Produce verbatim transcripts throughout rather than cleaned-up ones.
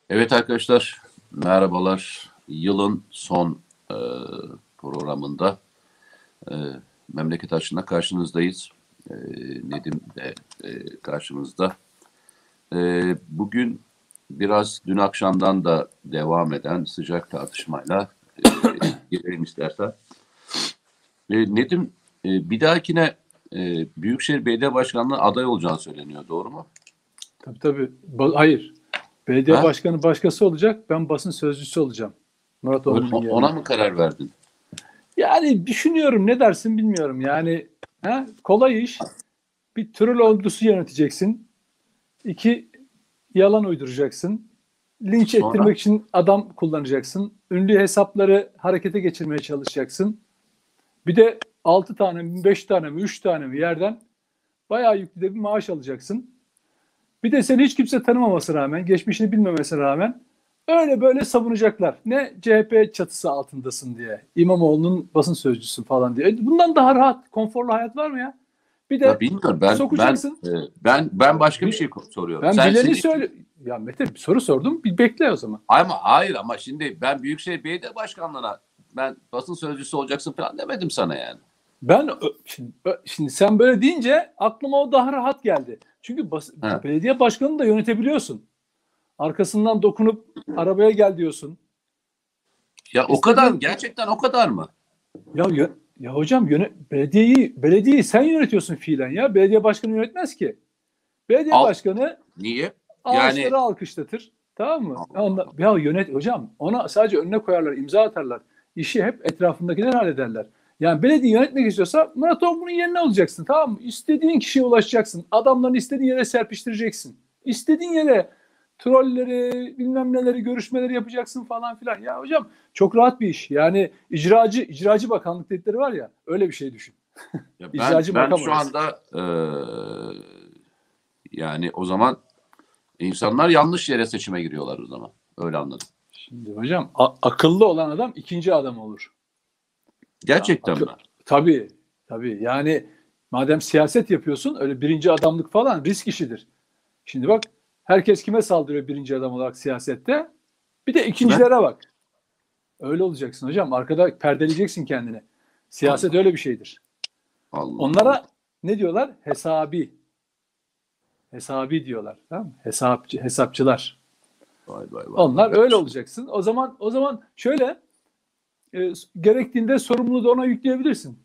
Evet arkadaşlar, merhabalar. Yılın son e, programında e, memleket açısından karşınızdayız. E, Nedim de e, karşımızda. E, bugün biraz dün akşamdan da devam eden sıcak tartışmayla e, girelim istersen. E, Nedim, e, bir dahakine e, Büyükşehir Belediye Başkanlığı aday olacağını söyleniyor, doğru mu? Tabii tabii. Ba- hayır. Belediye Ha? başkanı başkası olacak. Ben basın sözcüsü olacağım. Murat Öyle- Olgun'un yerine. Ona mı karar verdin? Yani düşünüyorum, ne dersin bilmiyorum. Yani ha, kolay iş. Bir troll ordusu yöneteceksin. İki, yalan uyduracaksın. Linç Sonra? ettirmek için adam kullanacaksın. Ünlü hesapları harekete geçirmeye çalışacaksın. Bir de altı tane mi, beş tane mi, üç tane mi yerden bayağı yüklü de bir maaş alacaksın. Bir de seni hiç kimse tanımamasına rağmen, geçmişini bilmemesine rağmen öyle böyle savunacaklar. Ne C H P çatısı altındasın diye, İmamoğlu'nun basın sözcüsü falan diye. E, bundan daha rahat, konforlu hayat var mı ya? Bir Ya de bilmiyorum, ben ben sokacaksın. e, ben ben başka bir şey soruyorum. Ben Sen bileni senin söyle. Ya Mete, bir soru sordum. Bir bekle o zaman. ama hayır, ama şimdi ben Büyükşehir Belediye Başkanlığı'na ben basın sözcüsü olacaksın falan demedim sana yani. Ben şimdi, şimdi sen böyle deyince aklıma o daha rahat geldi. Çünkü bas, Ha. belediye başkanını da yönetebiliyorsun. Arkasından dokunup arabaya gel diyorsun. Ya o kadar İstediğin gerçekten o kadar mı? Ya yö- ya hocam, yöne, belediyeyi belediyeyi sen yönetiyorsun fiilen ya. Belediye başkanı yönetmez ki. Belediye Al, başkanı niye? Yani ağaçları alkışlatır. Tamam mı? Ya, onla- ya yönet hocam. Ona sadece önüne koyarlar, imza atarlar. İşi hep etrafındakiler hallederler. Yani belediye yönetmek istiyorsa Murat Olgun'un yerine olacaksın. Tamam mı? İstediğin kişiye ulaşacaksın. Adamlarını istediğin yere serpiştireceksin. İstediğin yere trolleri, bilmem neleri, görüşmeleri yapacaksın falan filan. Ya hocam, çok rahat bir iş. Yani icracı, icracı bakanlık dedikleri var ya, öyle bir şey düşün. ya ben İcracı ben makam şu orası. anda e, yani o zaman insanlar yanlış yere seçime giriyorlar o zaman. Öyle anladım. Şimdi hocam, a- akıllı olan adam ikinci adam olur. Ya, Gerçekten akı- mi? tabii, tabii. Yani madem siyaset yapıyorsun, öyle birinci adamlık falan risk işidir. Şimdi bak, herkes kime saldırıyor birinci adam olarak siyasette? Bir de Kime? ikincilere bak. Öyle olacaksın hocam. Arkada perdeleyeceksin kendini. Siyaset Allah öyle bir şeydir. Allah Allah. Onlara ne diyorlar? Hesabi. Hesabi diyorlar. Tamam mı? Hesapçı, hesapçılar. Vay vay vay Onlar vay. öyle olacaksın. O zaman o zaman şöyle, e, gerektiğinde sorumluluğu da ona yükleyebilirsin.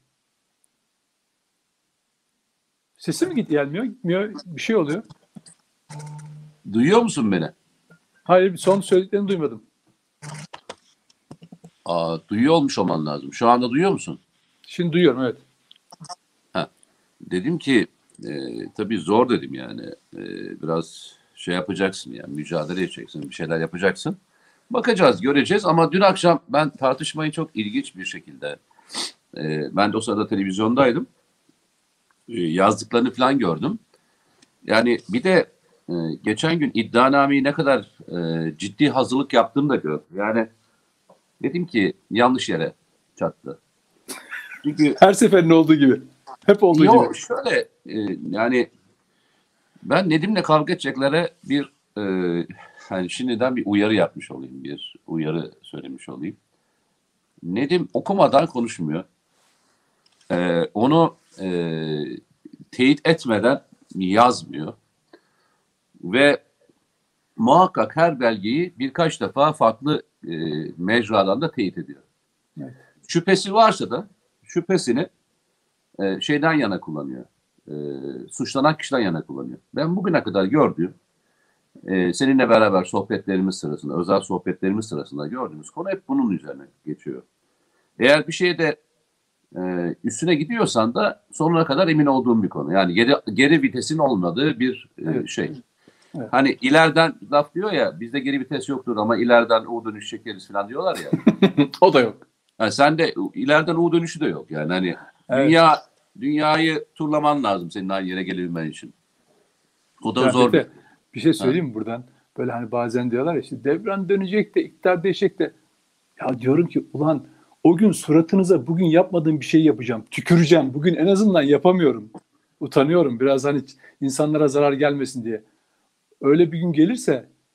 Sesi mi git gelmiyor? Gitmiyor. Bir şey oluyor. Duyuyor musun beni? Hayır, son söylediklerini duymadım. Aa, duyuyor olmuş olman lazım. Şu anda duyuyor musun? Şimdi duyuyorum, evet. Ha. Dedim ki e, tabii zor dedim yani. E, biraz şey yapacaksın yani, mücadele edeceksin, bir şeyler yapacaksın. Bakacağız, göreceğiz, ama dün akşam ben tartışmayı çok ilginç bir şekilde e, ben de o sırada televizyondaydım. E, yazdıklarını falan gördüm. Yani bir de e, geçen gün iddianameyi ne kadar e, ciddi hazırlık yaptığını da gördüm. Yani dedim ki yanlış yere çattı. Çünkü Her seferinde olduğu gibi. Hep olduğu gibi. yo şöyle e, yani ben Nedim'le kavga edeceklere bir e, hani şimdiden bir uyarı yapmış olayım, bir uyarı söylemiş olayım. Nedim okumadan konuşmuyor. E, onu e, teyit etmeden yazmıyor ve muhakkak her belgeyi birkaç defa farklı e, mecradan da teyit ediyor. Evet. Şüphesi varsa da şüphesini e, şeyden yana kullanıyor. E, suçlanan kişiden yana kullanıyor. Ben bugüne kadar gördüğüm, e, seninle beraber sohbetlerimiz sırasında, özel sohbetlerimiz sırasında gördüğümüz konu hep bunun üzerine geçiyor. Eğer bir şeyde e, üstüne gidiyorsan da sonuna kadar emin olduğum bir konu. Yani geri, geri vitesin olmadığı bir e, Evet. şey. Evet. Hani ileriden laf diyor ya, bizde geri vites yoktur ama ileriden U dönüş çekeriz falan diyorlar ya. O da yok. Yani sen de ileriden U dönüşü de yok. Yani hani Evet. dünya dünyayı turlaman lazım senin aynı yere gelebilmen için. O da Ya zor bir. Mete, bir şey söyleyeyim mi buradan? Böyle hani bazen diyorlar ya, işte devran dönecek de iktidar değişecek de. Ya diyorum ki, ulan o gün suratınıza bugün yapmadığım bir şey yapacağım. Tüküreceğim. Bugün en azından yapamıyorum. Utanıyorum biraz, hani insanlara zarar gelmesin diye. Öyle bir gün gelirse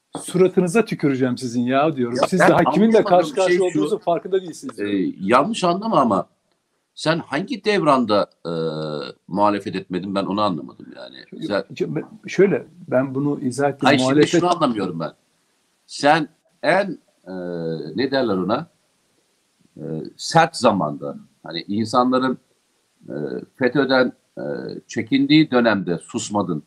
suratınıza tüküreceğim sizin ya diyorum. Ya Siz ben de kimin de karşı anlamadığım karşıya şey şu, olduğunuzun farkında değilsiniz. e, diyorum. yanlış anlama ama sen hangi devranda e, muhalefet etmedin, ben onu anlamadım yani. Sen, Şöyle, ben bunu izah ettim. hayır şimdi Muhalefet şunu anlamıyorum ben. Sen en e, ne derler ona? E, sert zamanda, hani insanların e, FETÖ'den e, çekindiği dönemde susmadın.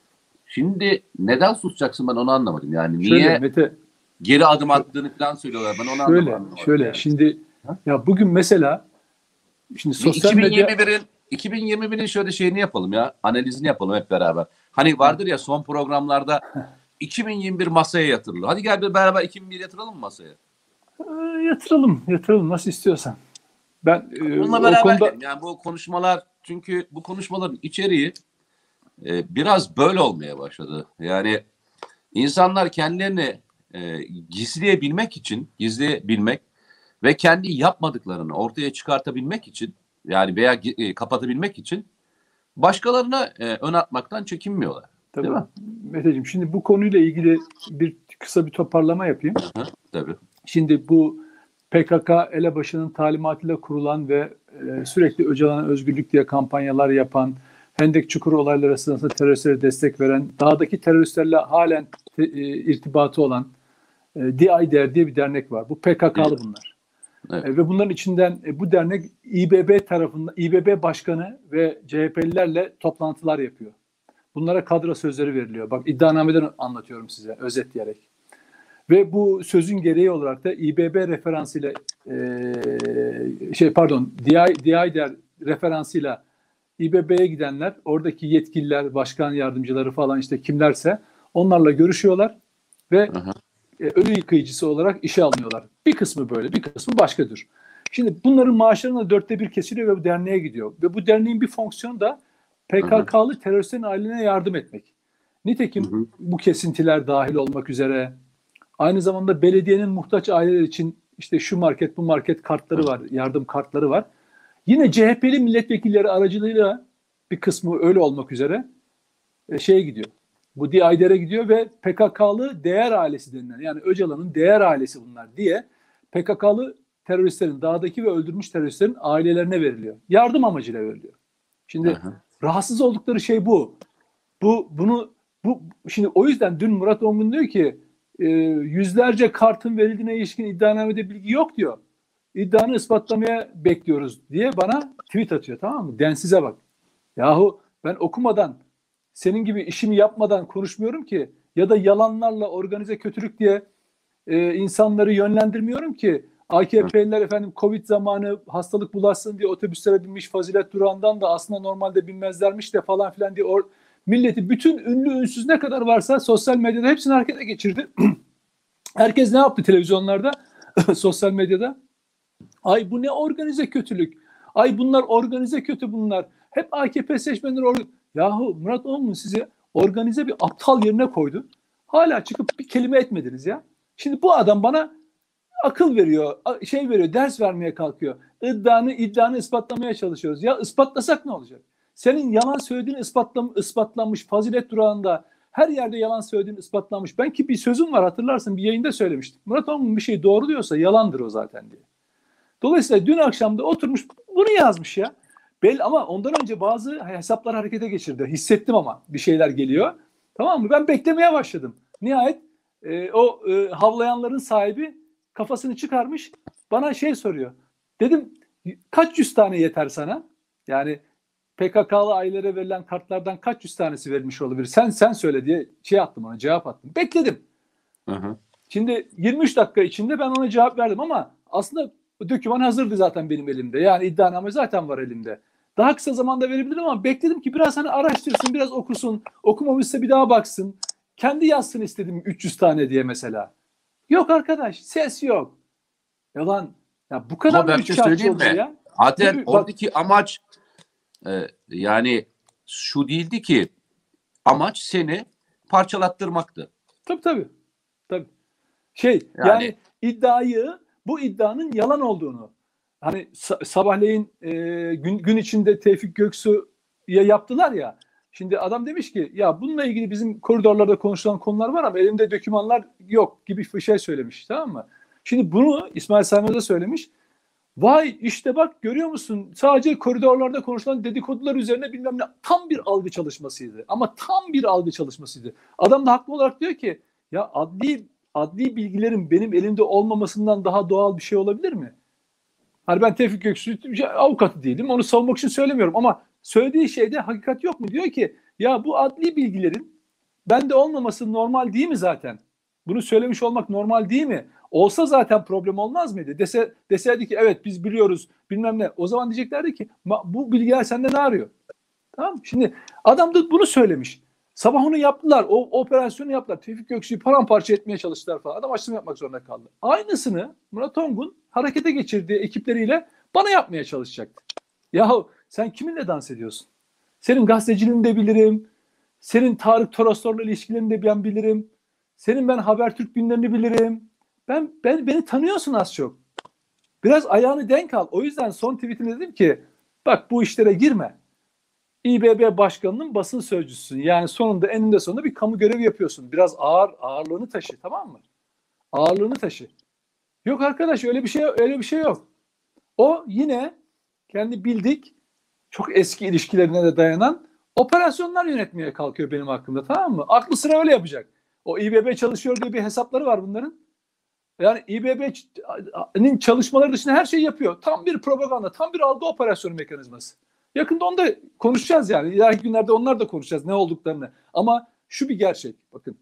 Şimdi neden susacaksın, ben onu anlamadım. Yani şöyle niye Mete, geri adım attığını falan söylüyorlar. Ben onu şöyle anlamadım. şöyle Yani. şimdi Ha? ya bugün mesela şimdi sosyal medya iki bin yirmi birin iki bin yirmi birin şöyle şeyini yapalım ya. Analizini yapalım hep beraber. Hani vardır ya son programlarda iki bin yirmi bir masaya yatırılır. Hadi gel bir beraber iki bin bir yatıralım mı masaya? e, yatıralım yatıralım nasıl istiyorsan. Ben e, Bununla o beraber konuda dedim. Yani bu konuşmalar, çünkü bu konuşmaların içeriği e, biraz böyle olmaya başladı. Yani insanlar kendilerini e, gizleyebilmek için, gizleyebilmek ve kendi yapmadıklarını ortaya çıkartabilmek için, yani veya e, kapatabilmek için başkalarına e, ön atmaktan çekinmiyorlar. tabii Değil mi? Meteciğim, şimdi bu konuyla ilgili bir kısa bir toparlama yapayım. Hı, tabii. Şimdi bu P K K elebaşının talimatıyla kurulan ve e, sürekli Öcalan'a özgürlük diye kampanyalar yapan, Hendek Çukuru olayları sırasında teröristlere destek veren, dağdaki teröristlerle halen te, e, irtibatı olan e, D I D R diye bir dernek var. Bu P K K'lı Evet. bunlar. Evet. E, ve bunların içinden e, bu dernek İ B B tarafından, İ B B başkanı ve C H P'lilerle toplantılar yapıyor. Bunlara kadro sözleri veriliyor. Bak, iddianameden anlatıyorum size özetleyerek. Ve bu sözün gereği olarak da İ B B referansıyla e, şey pardon D I D R referansıyla İ B B'ye gidenler, oradaki yetkililer, başkan yardımcıları falan işte kimlerse onlarla görüşüyorlar ve Hı hı. e, ölü yıkayıcısı olarak işe alınıyorlar. Bir kısmı böyle, bir kısmı başkadır. Şimdi bunların maaşlarının da dörtte bir kesiliyor ve bu derneğe gidiyor. Ve bu derneğin bir fonksiyonu da P K K'lı teröristlerin ailelerine yardım etmek. Nitekim Hı hı. bu kesintiler dahil olmak üzere aynı zamanda belediyenin muhtaç aileler için işte şu market bu market kartları var, yardım kartları var. Yine C H P'li milletvekilleri aracılığıyla bir kısmı öyle olmak üzere e, şeye gidiyor. Bu D I D R'e gidiyor ve P K K'lı değer ailesi denilen, yani Öcalan'ın değer ailesi bunlar diye P K K'lı teröristlerin, dağdaki ve öldürmüş teröristlerin ailelerine veriliyor. Yardım amacıyla veriliyor. Şimdi Hı hı. rahatsız oldukları şey bu. Bu bunu bu şimdi o yüzden dün Murat Ongun diyor ki e, yüzlerce kartın verildiğine ilişkin iddianamede bilgi yok diyor. İddianı ispatlamaya bekliyoruz diye bana tweet atıyor, tamam mı? Densize bak. Yahu ben okumadan, senin gibi işimi yapmadan konuşmuyorum ki, ya da yalanlarla organize kötülük diye e, insanları yönlendirmiyorum ki. A K P'liler efendim Covid zamanı hastalık bulaşsın diye otobüslere binmiş, Fazilet Durağı'ndan da aslında normalde binmezlermiş de falan filan diye or- milleti, bütün ünlü ünsüz ne kadar varsa sosyal medyada hepsini harekete geçirdi. Herkes ne yaptı televizyonlarda, sosyal medyada? Ay bu ne organize kötülük. Ay bunlar organize kötü bunlar. Hep A K P seçmenleri or- Yahu Murat Ongun sizi organize bir aptal yerine koydu. Hala çıkıp bir kelime etmediniz ya. Şimdi bu adam bana akıl veriyor, şey veriyor, ders vermeye kalkıyor. İddianı, iddianı ispatlamaya çalışıyoruz. Ya ispatlasak ne olacak? Senin yalan söylediğin ispatlam ispatlanmış, Fazilet Durağı'nda her yerde yalan söylediğin ispatlanmış. Ben ki bir sözüm var, hatırlarsın, bir yayında söylemiştim. Murat Ongun bir şey doğru diyorsa yalandır o zaten diye. Dolayısıyla dün akşam da oturmuş bunu yazmış ya. Belli, ama ondan önce bazı hesaplar harekete geçirdi. Hissettim ama bir şeyler geliyor. Tamam mı? Ben beklemeye başladım. Nihayet e, o e, havlayanların sahibi kafasını çıkarmış. Bana şey soruyor. Dedim kaç yüz tane yeter sana? Yani P K K'lı ailelere verilen kartlardan kaç yüz tanesi verilmiş olabilir? Sen sen söyle diye şey attım, ona cevap attım. Bekledim. Hı hı. Şimdi yirmi üç dakika içinde ben ona cevap verdim ama aslında doküman hazırdı zaten benim elimde. Yani iddianame zaten var elimde. Daha kısa zamanda verebilirim ama bekledim ki biraz hani araştırsın, biraz okusun. Okumamışsa bir daha baksın. Kendi yazsın istedim üç yüz tane diye mesela. Yok arkadaş, ses yok. Yalan. Ya bu kadar Ama mı ben bir şey üçkağıtçı söyleyeyim olur mi? ya? Zaten Ne, bak oradaki amaç e, yani şu değildi ki, amaç seni parçalattırmaktı. tabii tabii. Tabii. Şey Yani yani iddiayı, bu iddianın yalan olduğunu, hani sa- sabahleyin e, gün, gün içinde Tevfik Göksu'ya yaptılar ya, Şimdi adam demiş ki ya bununla ilgili bizim koridorlarda konuşulan konular var ama elimde dokümanlar yok gibi bir şey söylemiş, tamam mı? Şimdi bunu İsmail Saymaz'a söylemiş. Vay işte bak görüyor musun, sadece koridorlarda konuşulan dedikodular üzerine bilmem ne, tam bir algı çalışmasıydı. Ama tam bir algı çalışmasıydı. Adam da haklı olarak diyor ki ya adli adli bilgilerin benim elimde olmamasından daha doğal bir şey olabilir mi? Hani ben Tevfik Göksu avukatı değilim, onu savunmak için söylemiyorum ama söylediği şeyde hakikat yok mu? Diyor ki ya bu adli bilgilerin bende olmaması normal değil mi zaten? Bunu söylemiş olmak normal değil mi? Olsa zaten problem olmaz mıydı? Dese, deseydi ki evet biz biliyoruz bilmem ne. O zaman diyeceklerdi ki bu bilgiler sende ne arıyor? Tamam. Şimdi adam da bunu söylemiş. Sabah onu yaptılar. O operasyonu yaptılar. Tevfik Göksu'yu paramparça etmeye çalıştılar falan. Adam açılım yapmak zorunda kaldı. Aynısını Murat Ongun harekete geçirdiği ekipleriyle bana yapmaya çalışacaktı. Yahu sen kiminle dans ediyorsun? Senin gazeteciliğini de bilirim. Senin Tarık Toroslar'la ilişkilerini de ben bilirim. Senin ben Habertürk günlerini bilirim. Ben, ben beni tanıyorsun az çok. Biraz ayağını denk al. O yüzden son tweetinde dedim ki bak bu işlere girme. İBB Başkanı'nın basın sözcüsüsün. Yani sonunda eninde sonunda bir kamu görevi yapıyorsun. Biraz ağır ağırlığını taşı, tamam mı? Ağırlığını taşı. Yok arkadaş öyle bir şey öyle bir şey yok. O yine kendi bildik çok eski ilişkilerine de dayanan operasyonlar yönetmeye kalkıyor benim hakkımda, tamam mı? Aklı sıra öyle yapacak. O İBB çalışıyor diye bir hesapları var bunların. Yani İBB'nin çalışmaları dışında her şeyi yapıyor. Tam bir propaganda, tam bir algı operasyonu mekanizması. Yakında onu da konuşacağız yani. İleriki günlerde onlar da konuşacağız ne olduklarını. Ama şu bir gerçek. Bakın.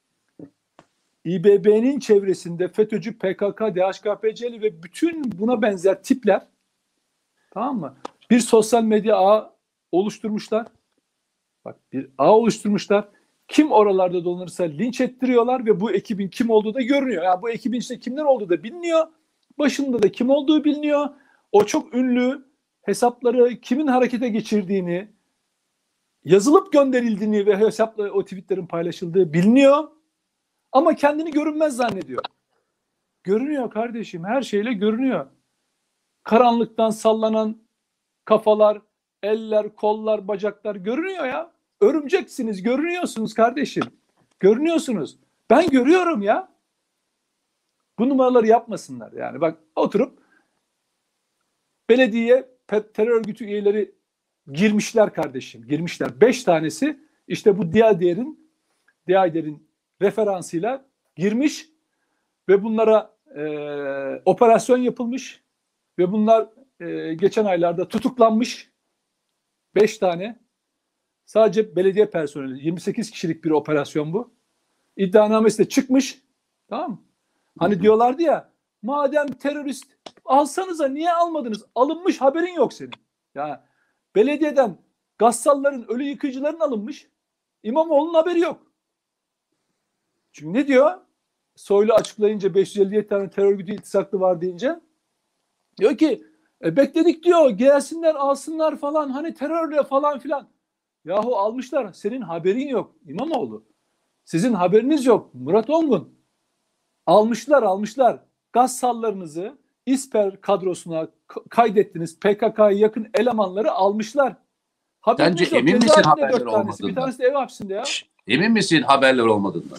İBB'nin çevresinde FETÖ'cü, P K K, D H K P C'li ve bütün buna benzer tipler, tamam mı? Bir sosyal medya ağı oluşturmuşlar. Bak bir ağ oluşturmuşlar. Kim oralarda dolanırsa linç ettiriyorlar ve bu ekibin kim olduğu da görünüyor. Yani bu ekibin içinde kimler olduğu da biliniyor. Başında da kim olduğu biliniyor. O çok ünlü hesapları kimin harekete geçirdiğini, yazılıp gönderildiğini ve hesapla o tweetlerin paylaşıldığı biliniyor. Ama kendini görünmez zannediyor. Görünüyor kardeşim, her şeyle görünüyor. Karanlıktan sallanan kafalar, eller, kollar, bacaklar görünüyor ya. Örümceksiniz, görünüyorsunuz kardeşim. Görünüyorsunuz. Ben görüyorum ya. Bu numaraları yapmasınlar. Yani bak oturup belediyeye terör örgütü üyeleri girmişler kardeşim. Girmişler. Beş tanesi işte bu Diyader'in Diyader'in referansıyla girmiş ve bunlara e, operasyon yapılmış ve bunlar e, geçen aylarda tutuklanmış. Beş tane. Sadece belediye personeli. yirmi sekiz kişilik bir operasyon bu. İddianamesi de çıkmış. Tamam mı? Hani diyorlardı ya madem terörist alsanıza niye almadınız? Alınmış, haberin yok senin. Ya belediyeden gassalların, ölü yıkıcıların alınmış. İmamoğlu'nun haberi yok. Çünkü ne diyor? Soylu açıklayınca beş yüz elli yedi tane terör örgütü iltisaklı var deyince diyor ki e, bekledik diyor. Gelsinler alsınlar falan. Hani terörle falan filan. Yahu almışlar. Senin haberin yok İmamoğlu. Sizin haberiniz yok Murat Ongun. Almışlar almışlar. Gassallarınızı İSPER kadrosuna kaydettiniz. P K K'ya yakın elemanları almışlar. Haberiniz Sence yok. emin misin haberler olmadığından? Bir tanesi de ev hapsinde ya. Şş, emin misin haberler olmadığından?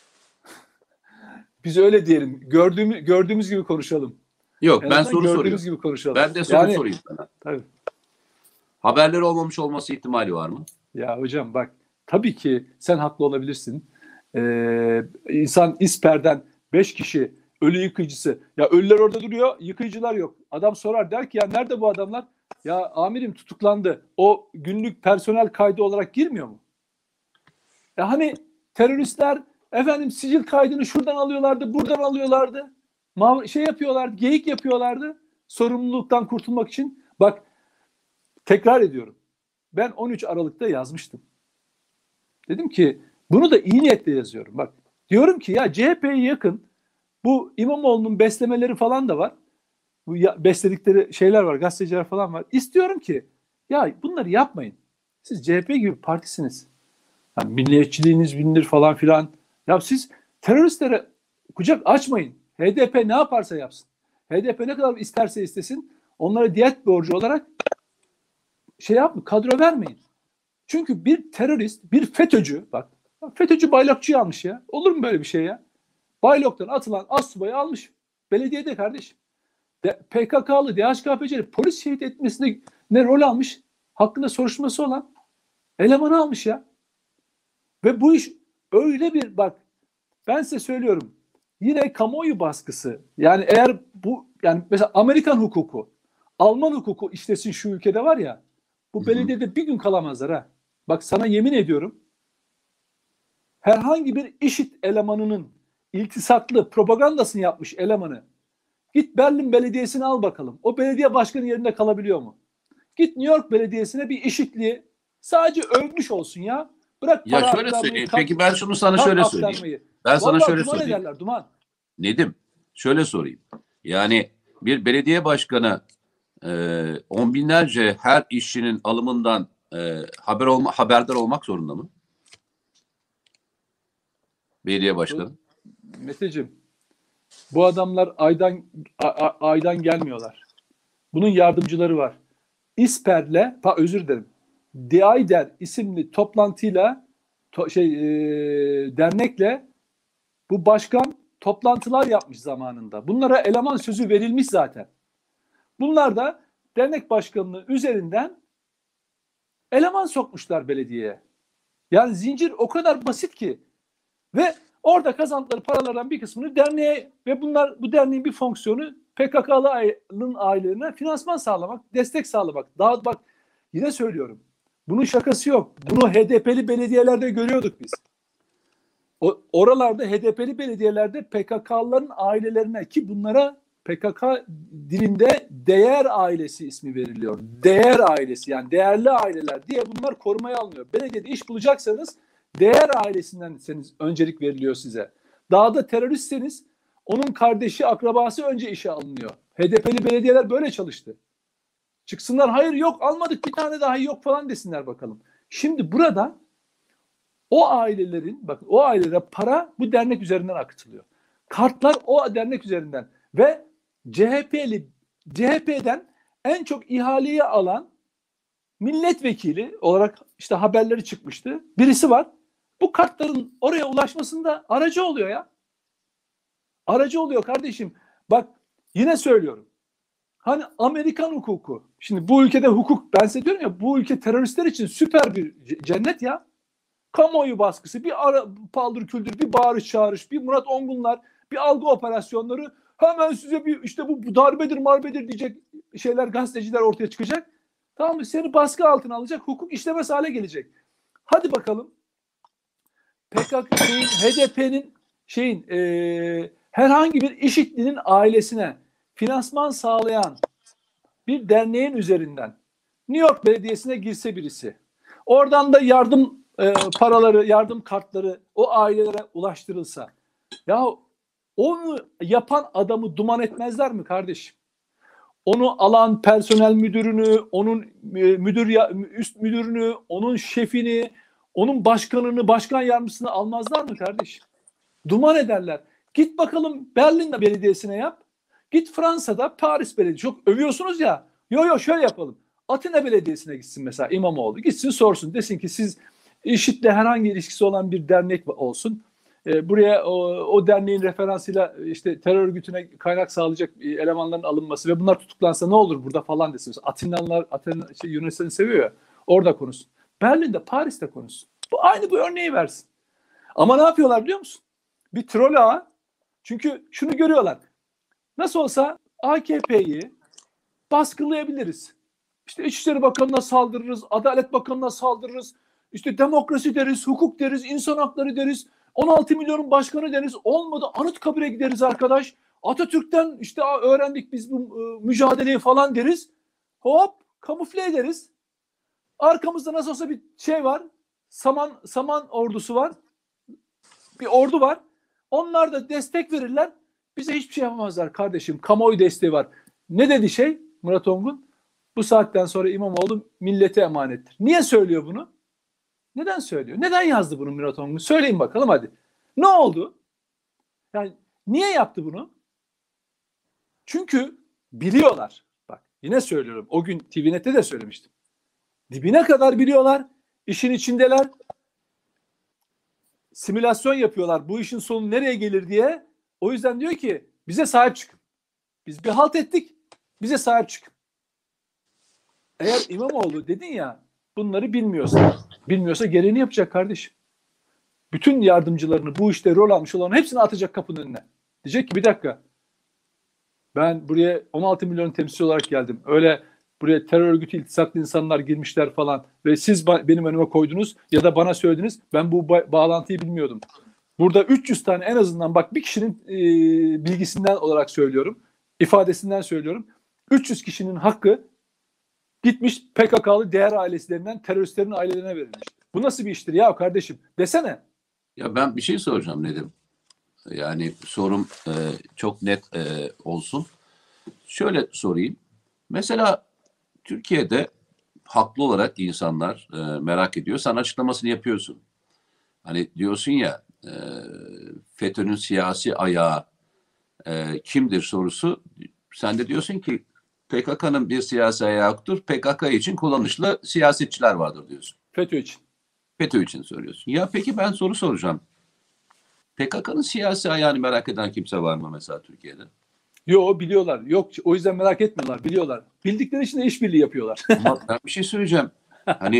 Biz öyle diyelim. Gördüğümüz, gördüğümüz gibi konuşalım. Yok en ben soru soruyorum. Gibi konuşalım. Ben de soru yani, sorayım sana. Tabii. Haberleri olmamış olması ihtimali var mı? Ya hocam bak tabii ki sen haklı olabilirsin. Ee, insan İSPER'den beş kişi ölü yıkıcısı. Ya ölüler orada duruyor, yıkıcılar yok. Adam sorar der ki ya nerede bu adamlar? Ya amirim tutuklandı. O günlük personel kaydı olarak girmiyor mu? Ya hani teröristler efendim sicil kaydını şuradan alıyorlardı, buradan alıyorlardı. Ma- şey yapıyorlardı, geyik yapıyorlardı. Sorumluluktan kurtulmak için. Bak tekrar ediyorum. Ben on üç Aralık'ta yazmıştım. Dedim ki bunu da iyi niyetle yazıyorum. Bak diyorum ki ya C H P'ye yakın bu İmamoğlu'nun beslemeleri falan da var. Bu ya, besledikleri şeyler var, gazeteciler falan var. İstiyorum ki ya bunları yapmayın. Siz C H P gibi partisiniz. Yani milliyetçiliğiniz bilinir falan filan. Ya siz teröristlere kucak açmayın. H D P ne yaparsa yapsın. H D P ne kadar isterse istesin onlara diyet borcu olarak şey yapmayın, kadro vermeyin. Çünkü bir terörist, bir FETÖ'cü, bak FETÖ'cü Bayrakçı'yı almış ya. Olur mu böyle bir şey ya? Baylok'tan atılan astsubayı almış. Belediyede kardeşim. De, P K K'lı, D H K P'cileri polis şehit etmesinde ne rol almış? Hakkında soruşturması olan elemanı almış ya. Ve bu iş öyle bir, bak ben size söylüyorum. Yine kamuoyu baskısı. Yani eğer bu, yani mesela Amerikan hukuku, Alman hukuku işlesin şu ülkede var ya, bu Hı hı. belediyede bir gün kalamazlar ha. Bak sana yemin ediyorum, herhangi bir IŞİD elemanının iltisaklı propagandasını yapmış elemanı git Berlin Belediyesi'ni al bakalım. O belediye başkanı yerinde kalabiliyor mu? Git New York Belediyesi'ne bir IŞİD'liği sadece övmüş olsun ya. Bırak Ya para şöyle aktarmayı, söyleyeyim. kart, Peki ben şunu sana kart şöyle söyleyeyim. aktarmayı. Ben sana Vallahi şöyle duman sorayım. ederler, duman. Nedim, şöyle sorayım. Yani bir belediye başkanı e, on binlerce her işçinin alımından e, haber olma, haberdar olmak zorunda mı? Belediye başkanı. Meteciğim, bu adamlar aydan a- a- aydan gelmiyorlar. Bunun yardımcıları var. İSPER'le, pa özür dilerim. DİAYDER isimli toplantıyla to, şey e, dernekle bu başkan toplantılar yapmış zamanında. Bunlara eleman sözü verilmiş zaten. Bunlar da dernek başkanlığı üzerinden eleman sokmuşlar belediyeye. Yani zincir o kadar basit ki. Ve orada kazandıkları paralardan bir kısmını derneğe, ve bunlar, bu derneğin bir fonksiyonu P K K'lı'nın ailelerine finansman sağlamak, destek sağlamak. Daha bak, yine söylüyorum. Bunun şakası yok. Bunu H D P'li belediyelerde görüyorduk biz. O, oralarda H D P'li belediyelerde P K K'lıların ailelerine, ki bunlara P K K dilinde değer ailesi ismi veriliyor. Değer ailesi, yani değerli aileler diye bunlar korumaya alınıyor. Belediyede iş bulacaksanız değer ailesinden öncelik veriliyor size. Dağda teröristseniz onun kardeşi, akrabası önce işe alınıyor. H D P'li belediyeler böyle çalıştı. Çıksınlar hayır yok almadık bir tane daha yok falan desinler bakalım. Şimdi burada o ailelerin, bakın o ailelere para bu dernek üzerinden akıtılıyor. Kartlar o dernek üzerinden ve C H P'li C H P'den en çok ihaleyi alan milletvekili olarak işte haberleri çıkmıştı. Birisi var. Bu kartların oraya ulaşmasında aracı oluyor ya. Aracı oluyor kardeşim. Bak yine söylüyorum. Hani Amerikan hukuku. Şimdi bu ülkede hukuk, ben size diyorum ya, bu ülke teröristler için süper bir cennet ya. Kamuoyu baskısı, bir ara, paldır küldür, bir bağırış çağırış, bir Murat Ongunlar, bir algı operasyonları, hemen size bir işte bu, bu darbedir marbedir diyecek şeyler, gazeteciler ortaya çıkacak. Tamam mı? Seni baskı altına alacak, hukuk işlemez hale gelecek. Hadi bakalım. P K K şeyin, H D P'nin şeyin e, herhangi bir IŞİD'linin ailesine finansman sağlayan bir derneğin üzerinden New York Belediyesi'ne girse birisi, oradan da yardım e, paraları, yardım kartları o ailelere ulaştırılsa, ya onu yapan adamı duman etmezler mi kardeşim? Onu alan personel müdürünü, onun e, müdür ya, üst müdürünü, onun şefini, onun başkanını, başkan yardımcısını almazlar mı kardeşim? Duman ederler. Git bakalım Berlin Belediyesi'ne yap. Git Fransa'da Paris Belediyesi. Çok övüyorsunuz ya. Yo yo şöyle yapalım. Atina Belediyesi'ne gitsin mesela İmamoğlu. Gitsin sorsun. Desin ki siz IŞİD'le herhangi ilişkisi olan bir dernek olsun. E, buraya o, o derneğin referansıyla işte terör örgütüne kaynak sağlayacak elemanların alınması ve bunlar tutuklansa ne olur burada falan desin. Atinalılar, Atina, işte Yunanistan'ı seviyor ya. Orada konuşsun. Berlin'de, Paris'te konuşsun. Bu, aynı bu örneği versin. Ama ne yapıyorlar biliyor musun? Bir troll ağı. Çünkü şunu görüyorlar. Nasıl olsa A K P'yi baskılayabiliriz. İşte İçişleri Bakanı'na saldırırız, Adalet Bakanı'na saldırırız, işte demokrasi deriz, hukuk deriz, insan hakları deriz, on altı milyonun başkanı deriz, olmadı Anıtkabir'e gideriz arkadaş, Atatürk'ten işte öğrendik biz bu e, mücadeleyi falan deriz, hop kamufle ederiz. Arkamızda nasıl olsa bir şey var, saman, saman ordusu var, bir ordu var, onlar da destek verirler, bize hiçbir şey yapamazlar kardeşim, kamuoyu desteği var. Ne dedi şey Murat Ongun? Bu saatten sonra İmamoğlu millete emanettir. Niye söylüyor bunu? Neden söylüyor? Neden yazdı bunu Murat Ongun? Söyleyin bakalım hadi. Ne oldu? Yani niye yaptı bunu? Çünkü biliyorlar. Bak yine söylüyorum. O gün T V Net'te de söylemiştim. Dibine kadar biliyorlar. İşin içindeler. Simülasyon yapıyorlar. Bu işin sonu nereye gelir diye. O yüzden diyor ki bize sahip çıkın. Biz bir halt ettik. Bize sahip çıkın. Eğer İmamoğlu dedin ya bunları bilmiyorsa, bilmiyorsa gereğini yapacak kardeşim. Bütün yardımcılarını bu işte rol almış olan hepsini atacak kapının önüne. Diyecek ki bir dakika. Ben buraya on altı milyon temsilci olarak geldim. Öyle buraya terör örgütü iltisaklı insanlar girmişler falan ve siz benim önüme koydunuz ya da bana söylediniz. Ben bu ba- bağlantıyı bilmiyordum. Burada üç yüz tane en azından bak bir kişinin e, bilgisinden olarak söylüyorum. İfadesinden söylüyorum. üç yüz kişinin hakkı gitmiş P K K'lı değer ailesilerinden teröristlerin ailelerine verilmiş. Bu nasıl bir iştir ya kardeşim? Desene. Ya ben bir şey soracağım Nedim. Yani sorum e, çok net e, olsun. Şöyle sorayım. Mesela Türkiye'de haklı olarak insanlar e, merak ediyor. Sen açıklamasını yapıyorsun. Hani diyorsun ya e, FETÖ'nün siyasi ayağı e, kimdir sorusu. Sen de diyorsun ki P K K'nın bir siyasi ayağı yoktur. P K K için kullanışlı siyasetçiler vardır diyorsun. FETÖ için. FETÖ için söylüyorsun. Ya peki ben soru soracağım. P K K'nın siyasi ayağını merak eden kimse var mı mesela Türkiye'de? Yok biliyorlar. Yok o yüzden merak etmiyorlar. Biliyorlar. Bildikleri için de işbirliği yapıyorlar. Ama ben bir şey söyleyeceğim. Hani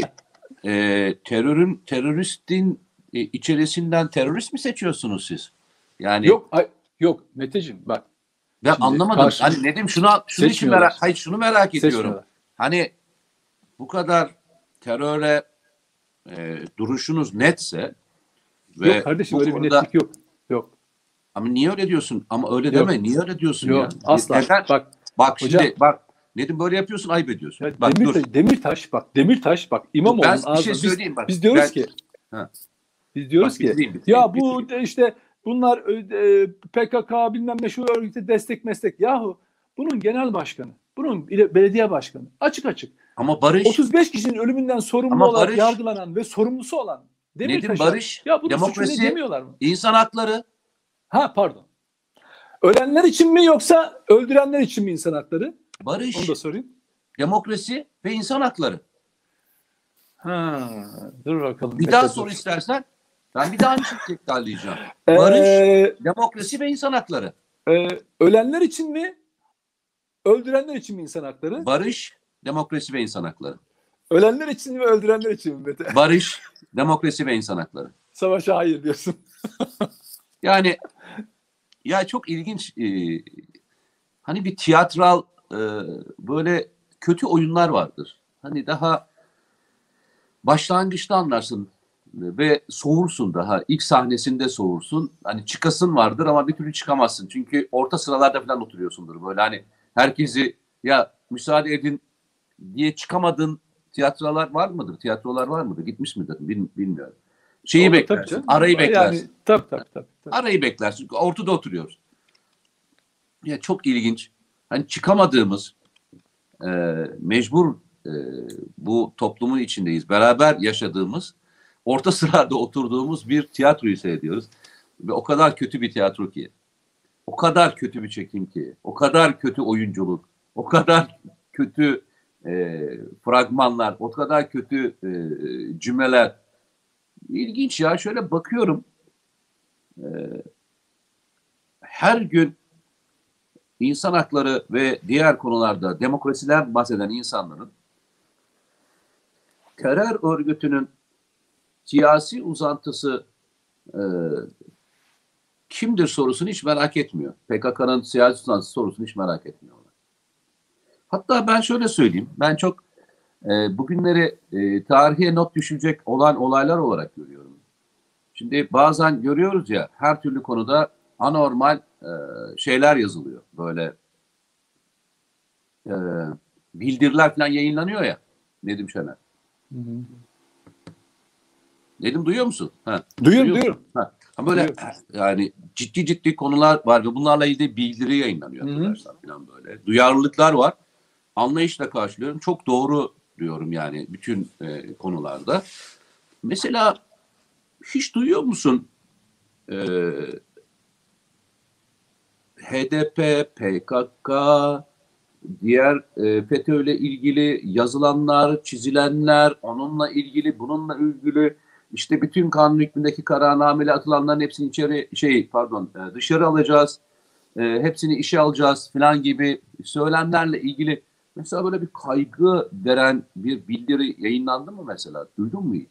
e, terörün teröristin e, içerisinden terörist mi seçiyorsunuz siz? Yani yok ay, yok Meteciğim bak. ben Şimdi anlamadım. karşı- Hani Nedim şunu şunu için Seçmiyorlar. merak hayır şunu merak ediyorum. Seçmiyorlar. Hani bu kadar teröre e, duruşunuz netse ve Yok kardeşim bu öyle bir konuda netlik yok. Yok. ama niye öyle diyorsun? Ama öyle Yok. deme. Niye öyle diyorsun Yok. ya? Asla. Neden? Bak Bak hocam- şimdi bak Nedim böyle yapıyorsun ayıp ediyorsun. ya Bak dur. Demirtaş, Demirtaş bak Demirtaş bak İmamoğlu'nun Ben bir şey ağzına söyleyeyim biz, bak. biz diyoruz Ben- ki Ha. biz diyoruz Bak, ki bitireyim, bitireyim, ya bu bitireyim. işte bunlar e, P K K bilmem ne şu örgüte destek meslek. Yahu bunun genel başkanı, bunun ile- belediye başkanı açık açık Ama Barış, otuz beş kişinin ölümünden sorumlu Ama olarak Barış- yargılanan ve sorumlusu olan Nedim Demirtaş'a Barış, ya bunun suçu ne demokrasi, demiyorlar mı? insan hakları, Ha pardon. Ölenler için mi yoksa öldürenler için mi insan hakları? barış, Onu da sorayım. demokrasi ve insan hakları. Ha, dur bakalım. Bir Ne daha kadar- sor istersen. Ben bir daha aynı şeyi tekrarlayacağım. Ee, Barış, demokrasi ve insan hakları. e, ölenler için mi? Öldürenler için mi insan hakları? Barış, demokrasi ve insan hakları. Ölenler için mi? Öldürenler için mi Mete? Barış, demokrasi ve insan hakları. Savaşa hayır diyorsun. Yani ya çok ilginç. e, hani bir tiyatral e, böyle kötü oyunlar vardır. Hani daha başlangıçta anlarsın ve soğursun daha. İlk sahnesinde soğursun. Hani çıkasın vardır ama bir türlü çıkamazsın. Çünkü orta sıralarda falan oturuyorsundur. Böyle hani herkesi ya müsaade edin diye çıkamadığın tiyatrolar var mıdır? Tiyatrolar var mıdır? Gitmiş midir? Bil, bilmiyorum. Şeyi Olur, tabii beklersin. canım. Arayı beklersin. Yani, tabii tabii tabii. tabii. Arayı beklersin. Ortada oturuyoruz. Ya çok ilginç. Hani çıkamadığımız e, mecbur e, bu toplumun içindeyiz. Beraber yaşadığımız, orta sırada oturduğumuz bir tiyatroyu seyrediyoruz. Ve o kadar kötü bir tiyatro ki. O kadar kötü bir çekim ki. O kadar kötü oyunculuk. O kadar kötü e, fragmanlar. O kadar kötü e, cümleler. İlginç ya. Şöyle bakıyorum. E, her gün insan hakları ve diğer konularda demokrasiden bahseden insanların terör örgütünün siyasi uzantısı e, kimdir sorusunu hiç merak etmiyor. P K K'nın siyasi uzantısı sorusunu hiç merak etmiyorlar. Hatta ben şöyle söyleyeyim. Ben çok e, bugünleri e, tarihe not düşecek olan olaylar olarak görüyorum. Şimdi bazen görüyoruz ya her türlü konuda anormal e, şeyler yazılıyor. Böyle e, bildiriler falan yayınlanıyor ya. Nedim Şener. Hı hı. Nedim duyuyor musun? Ha, Duyuyorum duyuyor duyuyorum. Ha. Ha, böyle Duyuyorum. yani ciddi ciddi konular var ve bunlarla ilgili bildiri yayınlanıyor Hı hı. arkadaşlar falan böyle. Duyarlılıklar var. Anlayışla karşılıyorum. Çok doğru diyorum yani bütün e, konularda. Mesela hiç duyuyor musun e, H D P, P K K, diğer e, FETÖ ile ilgili yazılanlar, çizilenler, onunla ilgili, bununla ilgili işte bütün kanun hükmündeki kararnameyle atılanların hepsini içeri şey pardon e, dışarı alacağız. E, hepsini işe alacağız falan gibi söylemlerle ilgili mesela böyle bir kaygı veren bir bildiri yayınlandı mı mesela? Duydun mu hiç?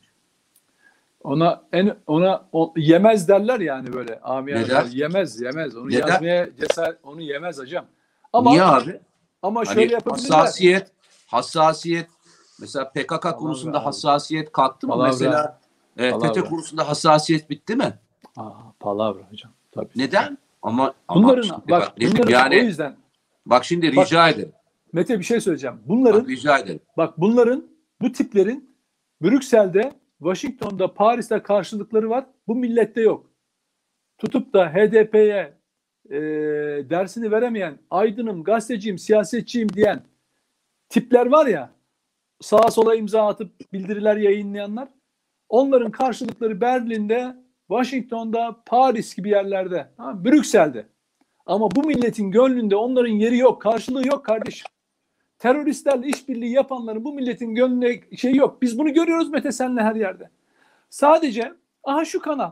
Ona en ona o, yemez derler yani böyle amiyane. Neden? Yemez, yemez. Onu Neden? yazmaya cesaret onu yemez hocam. Niye Ama abi? ama Hani şöyle yapabilirler. hassasiyet, hassasiyet mesela P K K Palavra konusunda abi. hassasiyet kalktı mı? Palavra. Mesela e, FETÖ Palavra. konusunda hassasiyet bitti mi? Aa, palavra hocam. Tabii. Neden? Ama ama Bunların şimdi bak, bak dedim bunların o yani yüzden bak şimdi bak rica ederim. Mete bir şey söyleyeceğim. Bak Bunların rica ederim. bak bunların bu tiplerin Brüksel'de, Washington'da, Paris'te karşılıkları var. Bu millette yok. Tutup da H D P'ye e, dersini veremeyen, aydınım, gazeteciyim, siyasetçiyim diyen tipler var ya, sağa sola imza atıp bildiriler yayınlayanlar, onların karşılıkları Berlin'de, Washington'da, Paris gibi yerlerde, ha, Brüksel'de. Ama bu milletin gönlünde onların yeri yok, karşılığı yok kardeşim. Teröristlerle işbirliği yapanların bu milletin gönlünde şey yok. Biz bunu görüyoruz Mete senle her yerde. Sadece aha şu kanal,